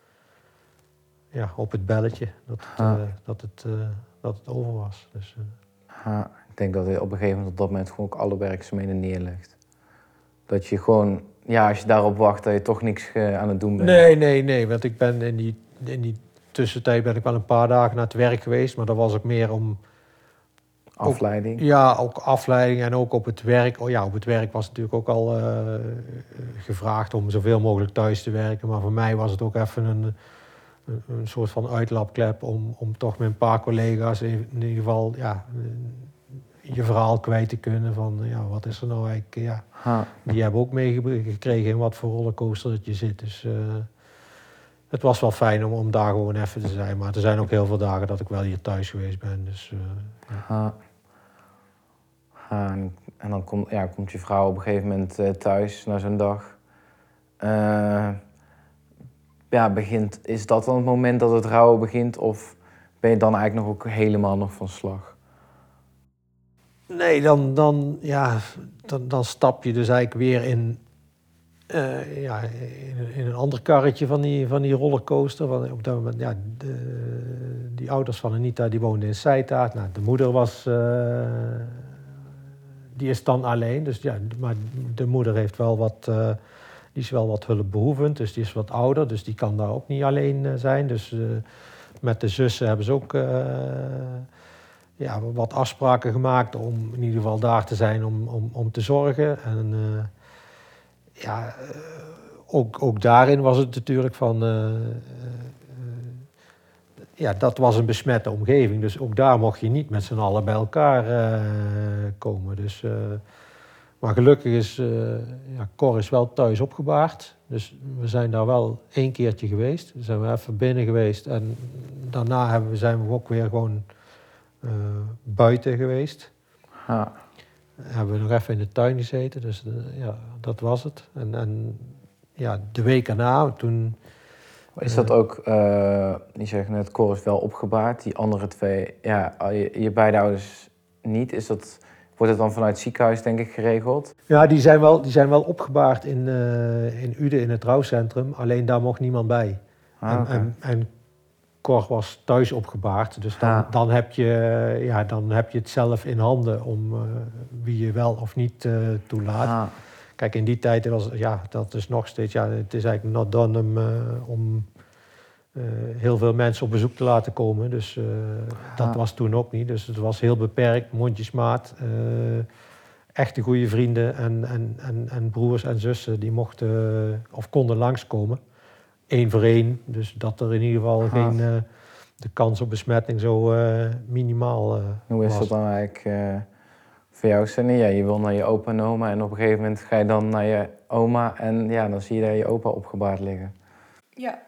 ja, op het belletje. Dat het, uh, dat het, uh, dat het over was. Dus, uh. ha, ik denk dat je op een gegeven moment op dat moment gewoon ook alle werkzaamheden neerlegt. Dat je gewoon, ja, als je daarop wacht, dat je toch niks uh, aan het doen bent. Nee, nee, nee. Want ik ben in die, in die tussentijd ben ik wel een paar dagen naar het werk geweest. Maar dat was ook meer om... Afleiding? Ook, ja, ook afleiding en ook op het werk. Oh ja, op het werk was natuurlijk ook al uh, gevraagd om zoveel mogelijk thuis te werken. Maar voor mij was het ook even een, een, een soort van uitlaapklep om, om toch met een paar collega's in, in ieder geval ja, je verhaal kwijt te kunnen. Van ja, wat is er nou eigenlijk? Ja, ha. Die hebben ook meegekregen in wat voor rollercoaster dat je zit. Dus uh, het was wel fijn om, om daar gewoon even te zijn. Maar er zijn ook heel veel dagen dat ik wel hier thuis geweest ben. Dus, uh, ja. ha. Ha, en dan komt, ja, komt je vrouw op een gegeven moment uh, thuis na zo'n dag. Uh, ja, begint, is dat dan het moment dat het rouwen begint? Of ben je dan eigenlijk nog ook helemaal nog van slag? Nee, dan, dan, ja, dan, dan stap je dus eigenlijk weer in, uh, ja, in, in een ander karretje van die, van die rollercoaster. Want op dat moment, ja, de, die ouders van Anita die woonden in Sijtaart. Nou, de moeder was... Uh, die is dan alleen, dus ja, maar de moeder heeft wel wat, uh, die is wel wat hulpbehoevend, dus die is wat ouder, dus die kan daar ook niet alleen uh, zijn. Dus uh, met de zussen hebben ze ook uh, ja, wat afspraken gemaakt om in ieder geval daar te zijn om, om, om te zorgen. En uh, ja, uh, ook, ook daarin was het natuurlijk van... Uh, uh, Ja, dat was een besmette omgeving. Dus ook daar mocht je niet met z'n allen bij elkaar uh, komen. Dus, uh, maar gelukkig is uh, ja, Cor is wel thuis opgebaard. Dus we zijn daar wel één keertje geweest. Dan zijn we even binnen geweest. En daarna hebben we, zijn we ook weer gewoon uh, buiten geweest. Ha. Hebben we nog even in de tuin gezeten. Dus uh, ja, dat was het. En, en ja, de week erna, toen... Is dat ook, uh, die zeggen net, Cor is wel opgebaard, die andere twee, ja, je, je beide ouders niet. Is dat, wordt het dan vanuit het ziekenhuis denk ik geregeld? Ja, die zijn wel, die zijn wel opgebaard in, uh, in Uden in het rouwcentrum, alleen daar mocht niemand bij. Ah, en, okay. en, en Cor was thuis opgebaard, dus dan, ah. dan, heb je, ja, dan heb je het zelf in handen om uh, wie je wel of niet uh, toelaat. Ah. Kijk, in die tijd was ja, dat is nog steeds, ja, het is eigenlijk not done om, uh, om uh, heel veel mensen op bezoek te laten komen. Dus uh, dat ah. was toen ook niet. Dus het was heel beperkt, mondjesmaat. Uh, echte goede vrienden en, en, en, en broers en zussen die mochten uh, of konden langskomen. Eén voor één. Dus dat er in ieder geval ah. geen, uh, de kans op besmetting zo uh, minimaal uh, Hoe is was. dat dan eigenlijk... Uh... Voor jou, Sunny, ja, je wil naar je opa en oma en op een gegeven moment ga je dan naar je oma en ja, dan zie je daar je opa opgebaard liggen. Ja.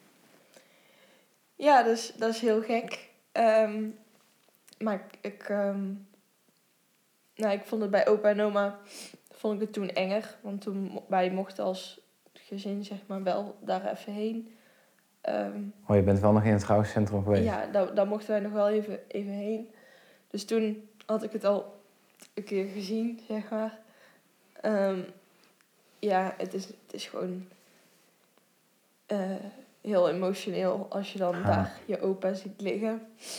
Ja, dus, dat is heel gek. Um, maar ik, ik, um, nou, ik vond het bij opa en oma, vond ik het toen enger. Want toen wij mochten als gezin, zeg maar, wel daar even heen. Um, oh, je bent wel nog in het rouwcentrum geweest? Ja, daar, daar mochten wij nog wel even, even heen. Dus toen had ik het al een keer gezien, zeg maar. Um, ja, het is, het is gewoon uh, heel emotioneel als je dan Ja. daar je opa ziet liggen.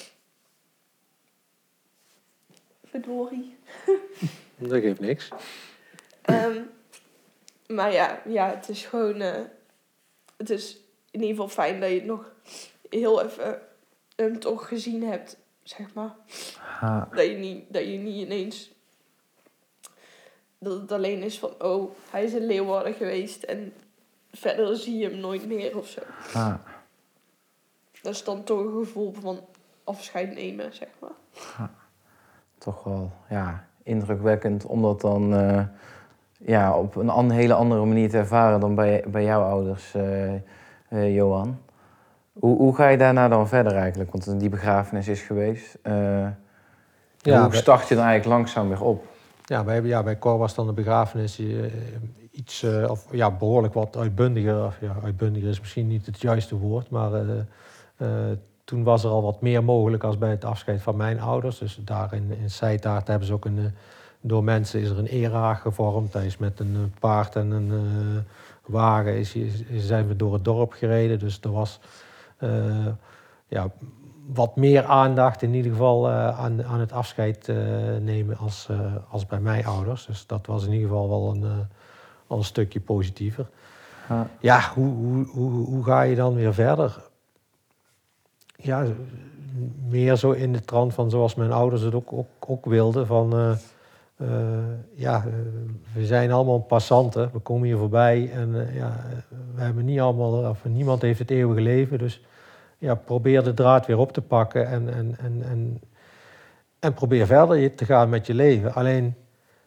Verdorie. Dat geeft niks. Um, maar ja, ja, het is gewoon... Uh, het is in ieder geval fijn dat je het nog heel even hem toch gezien hebt, zeg maar. Ja. Dat je niet, dat je niet ineens... Dat het alleen is van, oh, hij is in Leeuwarden geweest en verder zie je hem nooit meer of zo. Ja. Dat is dan toch een gevoel van afscheid nemen, zeg maar. Ja. Toch wel, ja, indrukwekkend om dat dan uh, ja, op een an- hele andere manier te ervaren dan bij, bij jouw ouders, uh, uh, Johan. Hoe, hoe ga je daarna dan verder eigenlijk? Want die begrafenis is geweest. Uh, ja, hoe start je dan eigenlijk langzaam weer op? Ja, bij, ja, bij Cor was dan de begrafenis uh, iets, uh, of ja, behoorlijk wat uitbundiger. Of, ja, uitbundiger is misschien niet het juiste woord, maar uh, uh, toen was er al wat meer mogelijk als bij het afscheid van mijn ouders. Dus daar in, in Seytaert hebben ze ook een, door mensen is er een erehaag gevormd. Daar is met een paard en een uh, wagen is, is, zijn we door het dorp gereden. Dus er was uh, ja, wat meer aandacht in ieder geval uh, aan, aan het afscheid uh, nemen als, uh, als bij mijn ouders. Dus dat was in ieder geval wel een, uh, al een stukje positiever. Ja, ja hoe, hoe, hoe, hoe ga je dan weer verder? Ja, meer zo in de trant van zoals mijn ouders het ook, ook, ook wilden. Van, uh, uh, ja, uh, we zijn allemaal passanten, we komen hier voorbij. En uh, ja, we hebben niet allemaal, of niemand heeft het eeuwige leven. Dus ja, probeer de draad weer op te pakken en, en, en, en, en probeer verder te gaan met je leven. Alleen,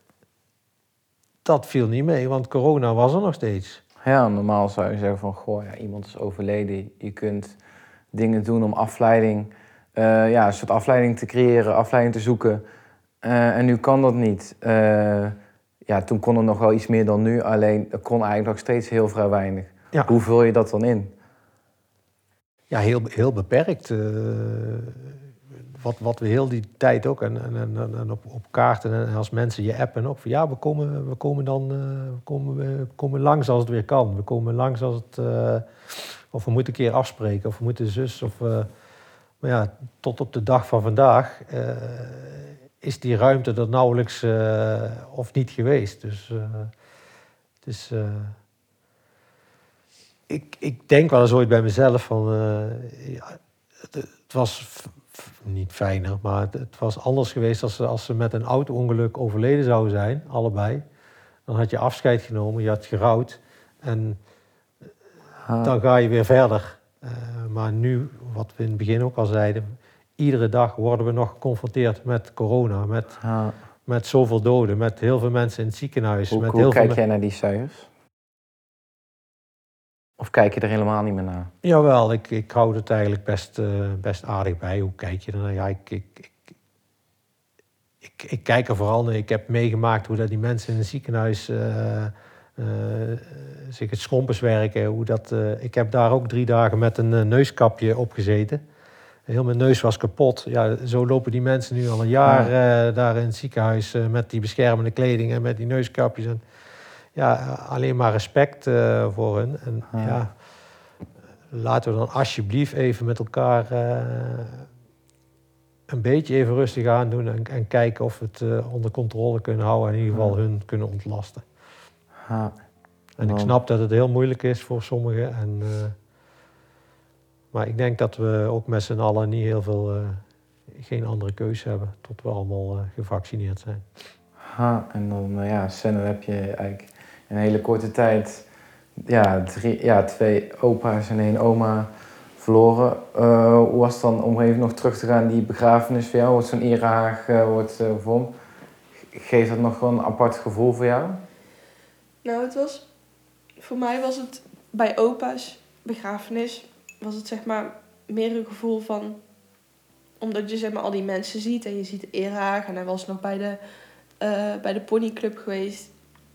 dat viel niet mee, want corona was er nog steeds. Ja, normaal zou je zeggen van, goh, ja, iemand is overleden. Je kunt dingen doen om afleiding, uh, ja, een soort afleiding te creëren, afleiding te zoeken. Uh, en nu kan dat niet. Uh, ja, toen kon er nog wel iets meer dan nu, alleen er kon eigenlijk nog steeds heel vrij weinig. Ja. Hoe vul je dat dan in? Ja, heel, heel beperkt. Uh, wat, wat we heel die tijd ook, en, en, en, en op, op kaarten en als mensen je appen ook, van ja, we komen, we komen dan uh, we komen, we komen langs als het weer kan. We komen langs als het... Uh, of we moeten een keer afspreken, of we moeten zus. Of, uh, maar ja, tot op de dag van vandaag uh, is die ruimte er nauwelijks uh, of niet geweest. Dus uh, het is... Uh, ik, ik denk wel eens ooit bij mezelf van... Uh, ja, het, het was f- f- niet fijner, maar het, het was anders geweest als ze, als ze met een auto-ongeluk overleden zouden zijn, allebei. Dan had je afscheid genomen, je had gerouwd en... Dan ga je weer verder. Uh, maar nu, wat we in het begin ook al zeiden... iedere dag worden we nog geconfronteerd met corona. Met, ja. met zoveel doden, met heel veel mensen in het ziekenhuis. Hoe, met hoe heel kijk veel jij naar die cijfers? Of kijk je er helemaal niet meer naar? Jawel, ik, ik hou het eigenlijk best, uh, best aardig bij. Hoe kijk je ernaar? Ja, ik, ik, ik, ik, ik kijk er vooral naar. Ik heb meegemaakt hoe dat die mensen in het ziekenhuis... Uh, Uh, zich het schompers werken. Hoe dat, uh, ik heb daar ook drie dagen met een uh, neuskapje op gezeten. Heel mijn neus was kapot. Ja, zo lopen die mensen nu al een jaar uh, daar in het ziekenhuis uh, met die beschermende kleding en met die neuskapjes. En, ja, alleen maar respect uh, voor hen. En ja. ja, laten we dan alsjeblieft even met elkaar uh, een beetje even rustig aan doen en, en kijken of we het uh, onder controle kunnen houden en in ieder geval hun kunnen ontlasten. Ha, en ik snap dat het heel moeilijk is voor sommigen. En, uh, maar ik denk dat we ook met z'n allen niet heel veel, uh, geen andere keuze hebben tot we allemaal uh, gevaccineerd zijn. Ha, en dan, uh, ja, Sen, dan heb je eigenlijk in een hele korte tijd ja, drie, ja, twee opa's en één oma verloren. Uh, hoe was het dan, om even nog terug te gaan, die begrafenis voor jou, wordt zo'n erehaag uh, wordt uh, gevormd. Geeft dat nog wel een apart gevoel voor jou? Nou, het was... Voor mij was het bij opa's begrafenis... was het zeg maar meer een gevoel van... Omdat je zeg maar al die mensen ziet en je ziet de erehaag... en hij was nog bij de, uh, bij de ponyclub geweest.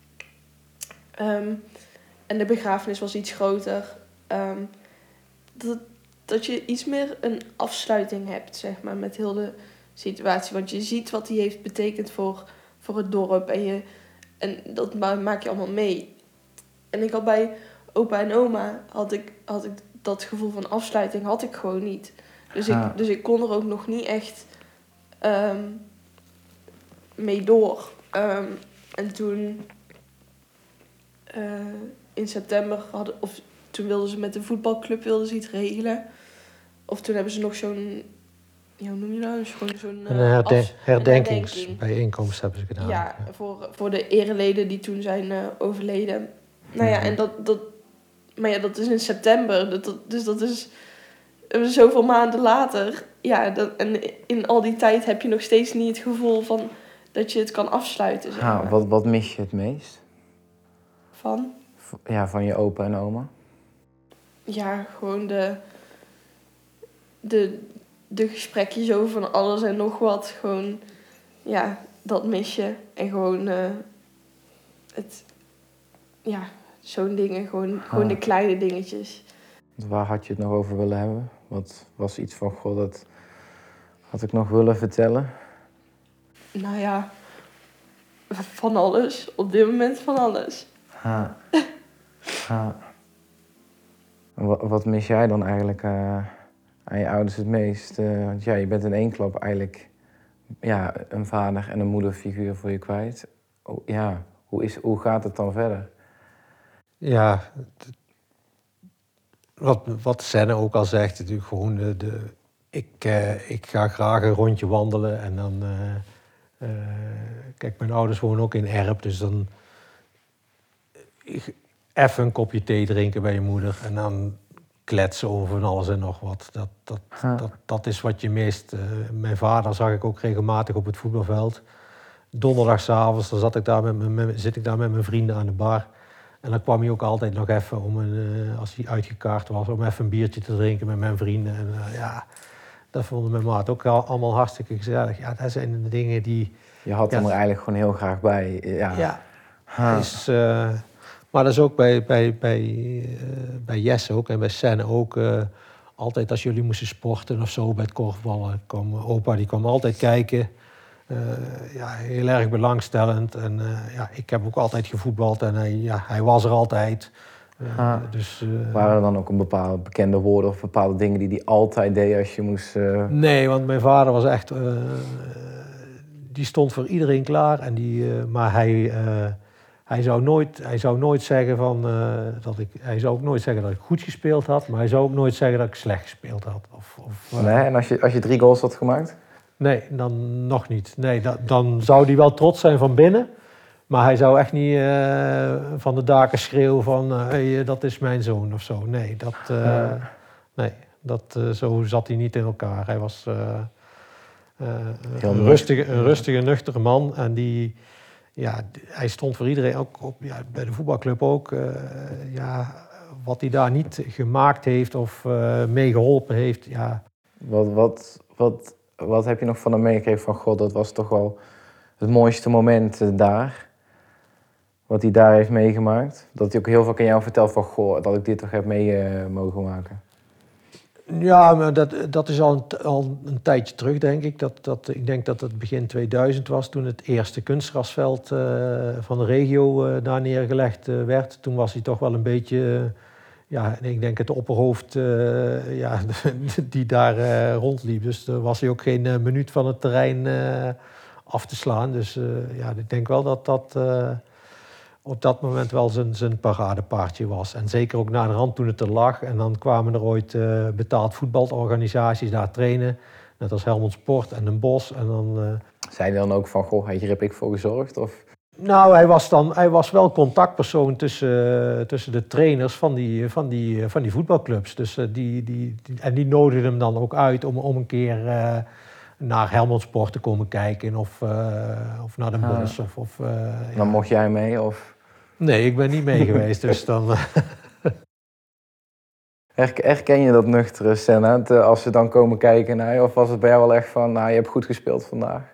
Um, en de begrafenis was iets groter. Um, dat, dat je iets meer een afsluiting hebt, zeg maar, met heel de situatie. Want je ziet wat die heeft betekend voor, voor het dorp. En, je, en dat maak je allemaal mee. En ik had bij opa en oma, had ik, had ik dat gevoel van afsluiting had ik gewoon niet. Dus, Ah. ik, dus ik kon er ook nog niet echt um, mee door. Um, en toen uh, in september hadden, of toen wilden ze met de voetbalclub wilden ze iets regelen. Of toen hebben ze nog zo'n, ja, hoe noem je dat? Gewoon zo'n uh, een herde- af, herdenkingsbijeenkomst hebben ze gedaan. Ja, ja. Voor, voor de ereleden die toen zijn uh, overleden. Nou ja, en dat, dat, maar ja, dat is in september. Dat, dat, dus dat is zoveel maanden later. Ja, dat, en in al die tijd heb je nog steeds niet het gevoel van dat je het kan afsluiten. Zeg maar. Ah, wat, wat mis je het meest? Van? Ja, van je opa en oma? Ja, gewoon de, de, de gesprekjes over van alles en nog wat. Gewoon, ja, dat mis je. En gewoon uh, het, ja, zo'n dingen. Gewoon, ah. gewoon de kleine dingetjes. Waar had je het nog over willen hebben? Wat was iets van, goh, dat had ik nog willen vertellen? Nou ja, van alles. Op dit moment van alles. Ha. Ha. Wat, wat mis jij dan eigenlijk uh, aan je ouders het meest? Uh, want ja, je bent in één klap eigenlijk ja, een vader- en een moederfiguur voor je kwijt. Oh, ja, hoe, is, hoe gaat het dan verder? Ja, t- wat, wat Senne ook al zegt, natuurlijk gewoon de... de ik, uh, ik ga graag een rondje wandelen en dan... Uh, uh, kijk, mijn ouders wonen ook in Erp, dus dan... Ik, even een kopje thee drinken bij je moeder en dan kletsen over van alles en nog wat. Dat, dat, huh. dat, dat is wat je mist. Uh, mijn vader zag ik ook regelmatig op het voetbalveld. Donderdagavond dan zat ik daar met mijn, met, zit ik daar met mijn vrienden aan de bar. En dan kwam hij ook altijd nog even, om een, uh, als hij uitgekaart was, om even een biertje te drinken met mijn vrienden. En uh, ja, dat vonden mijn maat ook al, allemaal hartstikke gezellig. Ja, dat zijn de dingen die... Je had ja, hem er eigenlijk gewoon heel graag bij. Ja, ja huh. is... Uh, Maar dat is ook bij, bij, bij, uh, bij Jesse ook en bij Senne ook. Uh, altijd als jullie moesten sporten of zo bij het korfballen, kwam opa die kwam altijd kijken. Uh, ja, heel erg belangstellend. En uh, ja, ik heb ook altijd gevoetbald en hij, ja, hij was er altijd. Uh, ah. dus, uh, Waren er dan ook een bepaalde bekende woorden of bepaalde dingen die hij altijd deed als je moest... Uh... Nee, want mijn vader was echt... Uh, die stond voor iedereen klaar. En die, uh, maar hij... Uh, Hij zou nooit, hij zou nooit zeggen van, uh, dat ik, hij zou ook nooit zeggen dat ik goed gespeeld had, maar hij zou ook nooit zeggen dat ik slecht gespeeld had. Of, of, uh, nee, en als je, als je drie goals had gemaakt? Nee, dan nog niet. Nee, dat, dan zou hij wel trots zijn van binnen, maar hij zou echt niet uh, van de daken schreeuwen van, uh, hey, dat is mijn zoon of zo. Nee, dat, uh, ja. nee, dat, uh, zo zat hij niet in elkaar. Hij was uh, uh, een, rustige, een rustige, nuchtere man en die... Ja, hij stond voor iedereen, ook op, ja, bij de voetbalclub ook. Uh, ja, wat hij daar niet gemaakt heeft of uh, meegeholpen heeft. Ja. Wat, wat, wat, wat heb je nog van hem meegekregen van God? Dat was toch wel het mooiste moment uh, daar. Wat hij daar heeft meegemaakt. Dat hij ook heel veel aan jou vertelt van goh, dat ik dit toch heb mee uh, mogen maken. Ja, maar dat, dat is al een, al een tijdje terug, denk ik. Dat, dat, ik denk dat het begin tweeduizend was, toen het eerste kunstgrasveld uh, van de regio uh, daar neergelegd uh, werd. Toen was hij toch wel een beetje, uh, ja, ik denk het opperhoofd uh, ja, die daar uh, rondliep. Dus er was hij ook geen uh, minuut van het terrein uh, af te slaan. Dus uh, ja, ik denk wel dat dat... Uh, op dat moment wel zijn, zijn paradepaardje was. En zeker ook naar de rand toen het er lag. En dan kwamen er ooit uh, betaald voetbalorganisaties daar trainen. Net als Helmond Sport en Den Bosch. En dan, uh... Zei hij dan ook van, goh, hier heb ik voor gezorgd? Of? Nou, hij was, dan, hij was wel contactpersoon tussen, uh, tussen de trainers van die, van die, uh, van die voetbalclubs. Dus, uh, die, die, die, en die nodigden hem dan ook uit om, om een keer... Uh, naar Helmond Sport te komen kijken of, uh, of naar Den Bosch. Ah. Of, of, uh, dan ja. mocht jij mee? Of? Nee, ik ben niet mee geweest, dus dan... Herken je dat nuchtere Senne, als ze dan komen kijken naar je? Of was het bij jou wel echt van, nou, je hebt goed gespeeld vandaag?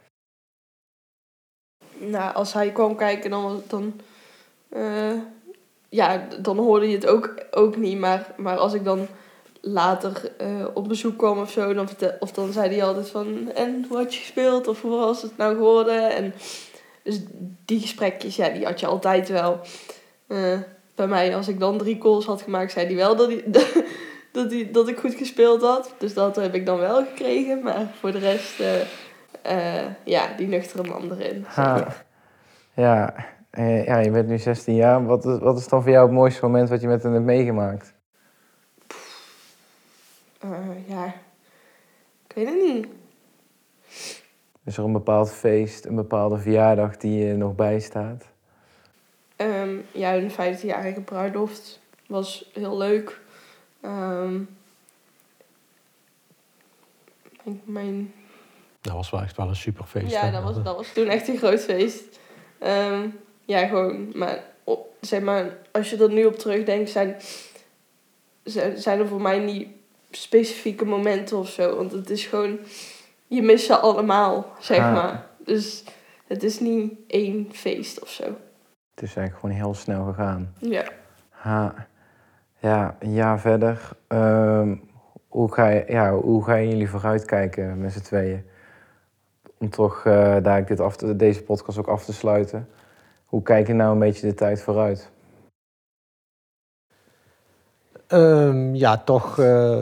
Nou, als hij kwam kijken, dan... dan uh, ja, dan hoorde je het ook, ook niet. Maar, maar als ik dan... later uh, op bezoek kwam of zo, dan, vertel, of dan zei hij altijd van, en hoe had je gespeeld? Of hoe was het nou geworden? En dus die gesprekjes, ja, die had je altijd wel. Uh, bij mij, als ik dan drie calls had gemaakt, zei hij wel dat, hij, dat, hij, dat ik goed gespeeld had. Dus dat heb ik dan wel gekregen. Maar voor de rest, uh, uh, ja, die nuchtere man erin. Ha. Ja, uh, ja, je bent nu zestien jaar. Wat is, wat is dan voor jou het mooiste moment wat je met hem hebt meegemaakt? Uh, ja, ik weet het niet. Is er een bepaald feest, een bepaalde verjaardag die je nog bijstaat? Um, ja, een vijftienjarige bruiloft was heel leuk. Um, mijn... Dat was wel echt wel een superfeest. Ja, dat was, dat was toen echt een groot feest. Um, ja, gewoon, maar, op, zeg maar, als je er nu op terugdenkt, zijn, zijn er voor mij niet specifieke momenten of zo. Want het is gewoon, je mist ze allemaal, zeg ha. maar. Dus het is niet één feest of zo. Het is eigenlijk gewoon heel snel gegaan. Ja. Ha. Ja, een jaar verder. Um, hoe, ga je, ja, hoe gaan jullie vooruitkijken met z'n tweeën? Om toch uh, daar dit af te, deze podcast ook af te sluiten. Hoe kijk je nou een beetje de tijd vooruit? Um, ja, toch. Uh,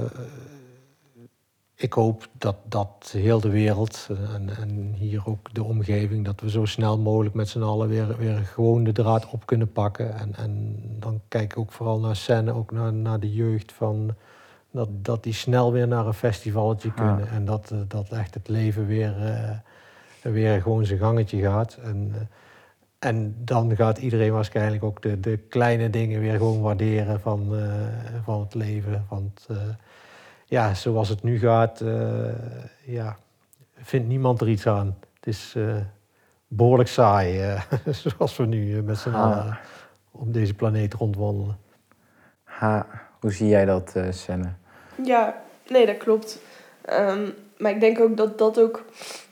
ik hoop dat, dat heel de wereld en, en hier ook de omgeving, dat we zo snel mogelijk met z'n allen weer, weer gewoon de draad op kunnen pakken. En, en dan kijk ik ook vooral naar scène, ook naar, naar de jeugd, van, dat, dat die snel weer naar een festivalletje kunnen. Ah. En dat, dat echt het leven weer, uh, weer gewoon zijn gangetje gaat. En, uh, en dan gaat iedereen waarschijnlijk ook de, de kleine dingen weer gewoon waarderen van, uh, van het leven. Want uh, ja, zoals het nu gaat, uh, ja, vindt niemand er iets aan. Het is uh, behoorlijk saai, uh, zoals we nu uh, met z'n allen op deze planeet rondwandelen. Ha, hoe zie jij dat, uh, Senne? Ja, nee, dat klopt. Um, maar ik denk ook dat dat ook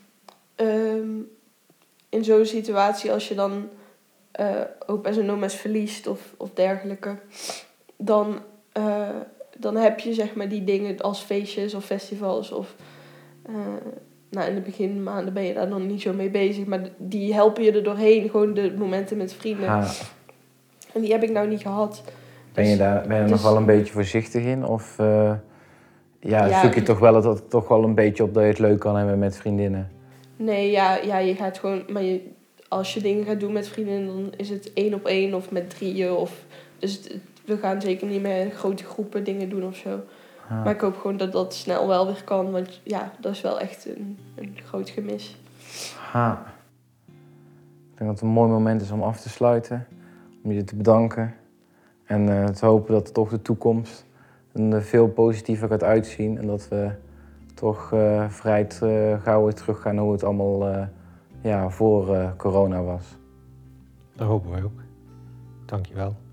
um, in zo'n situatie, als je dan uh, opa's en oma's verliest of, of dergelijke, dan, uh, dan heb je zeg maar die dingen als feestjes of festivals of uh, nou, in de beginmaanden ben je daar dan niet zo mee bezig, maar die helpen je er doorheen, gewoon de momenten met vrienden. Ha. En die heb ik nou niet gehad. Ben je daar ben je dus, nog wel een beetje voorzichtig in? Of uh, ja, ja, zoek je toch wel dat het toch wel een beetje op dat je het leuk kan hebben met vriendinnen? Nee, ja, ja je gaat gewoon, maar je, als je dingen gaat doen met vriendinnen, dan is het één op één of met drieën. Of, dus het, we gaan zeker niet met grote groepen dingen doen of zo. Ah. Maar ik hoop gewoon dat dat snel wel weer kan, want ja, dat is wel echt een, een groot gemis. Ha. Ik denk dat het een mooi moment is om af te sluiten, om je te bedanken. En uh, te hopen dat toch de toekomst er veel positiever gaat uitzien. En dat we toch uh, vrij uh, gauw weer teruggaan naar hoe het allemaal uh, ja, voor uh, corona was. Dat hopen wij ook. Dank je wel.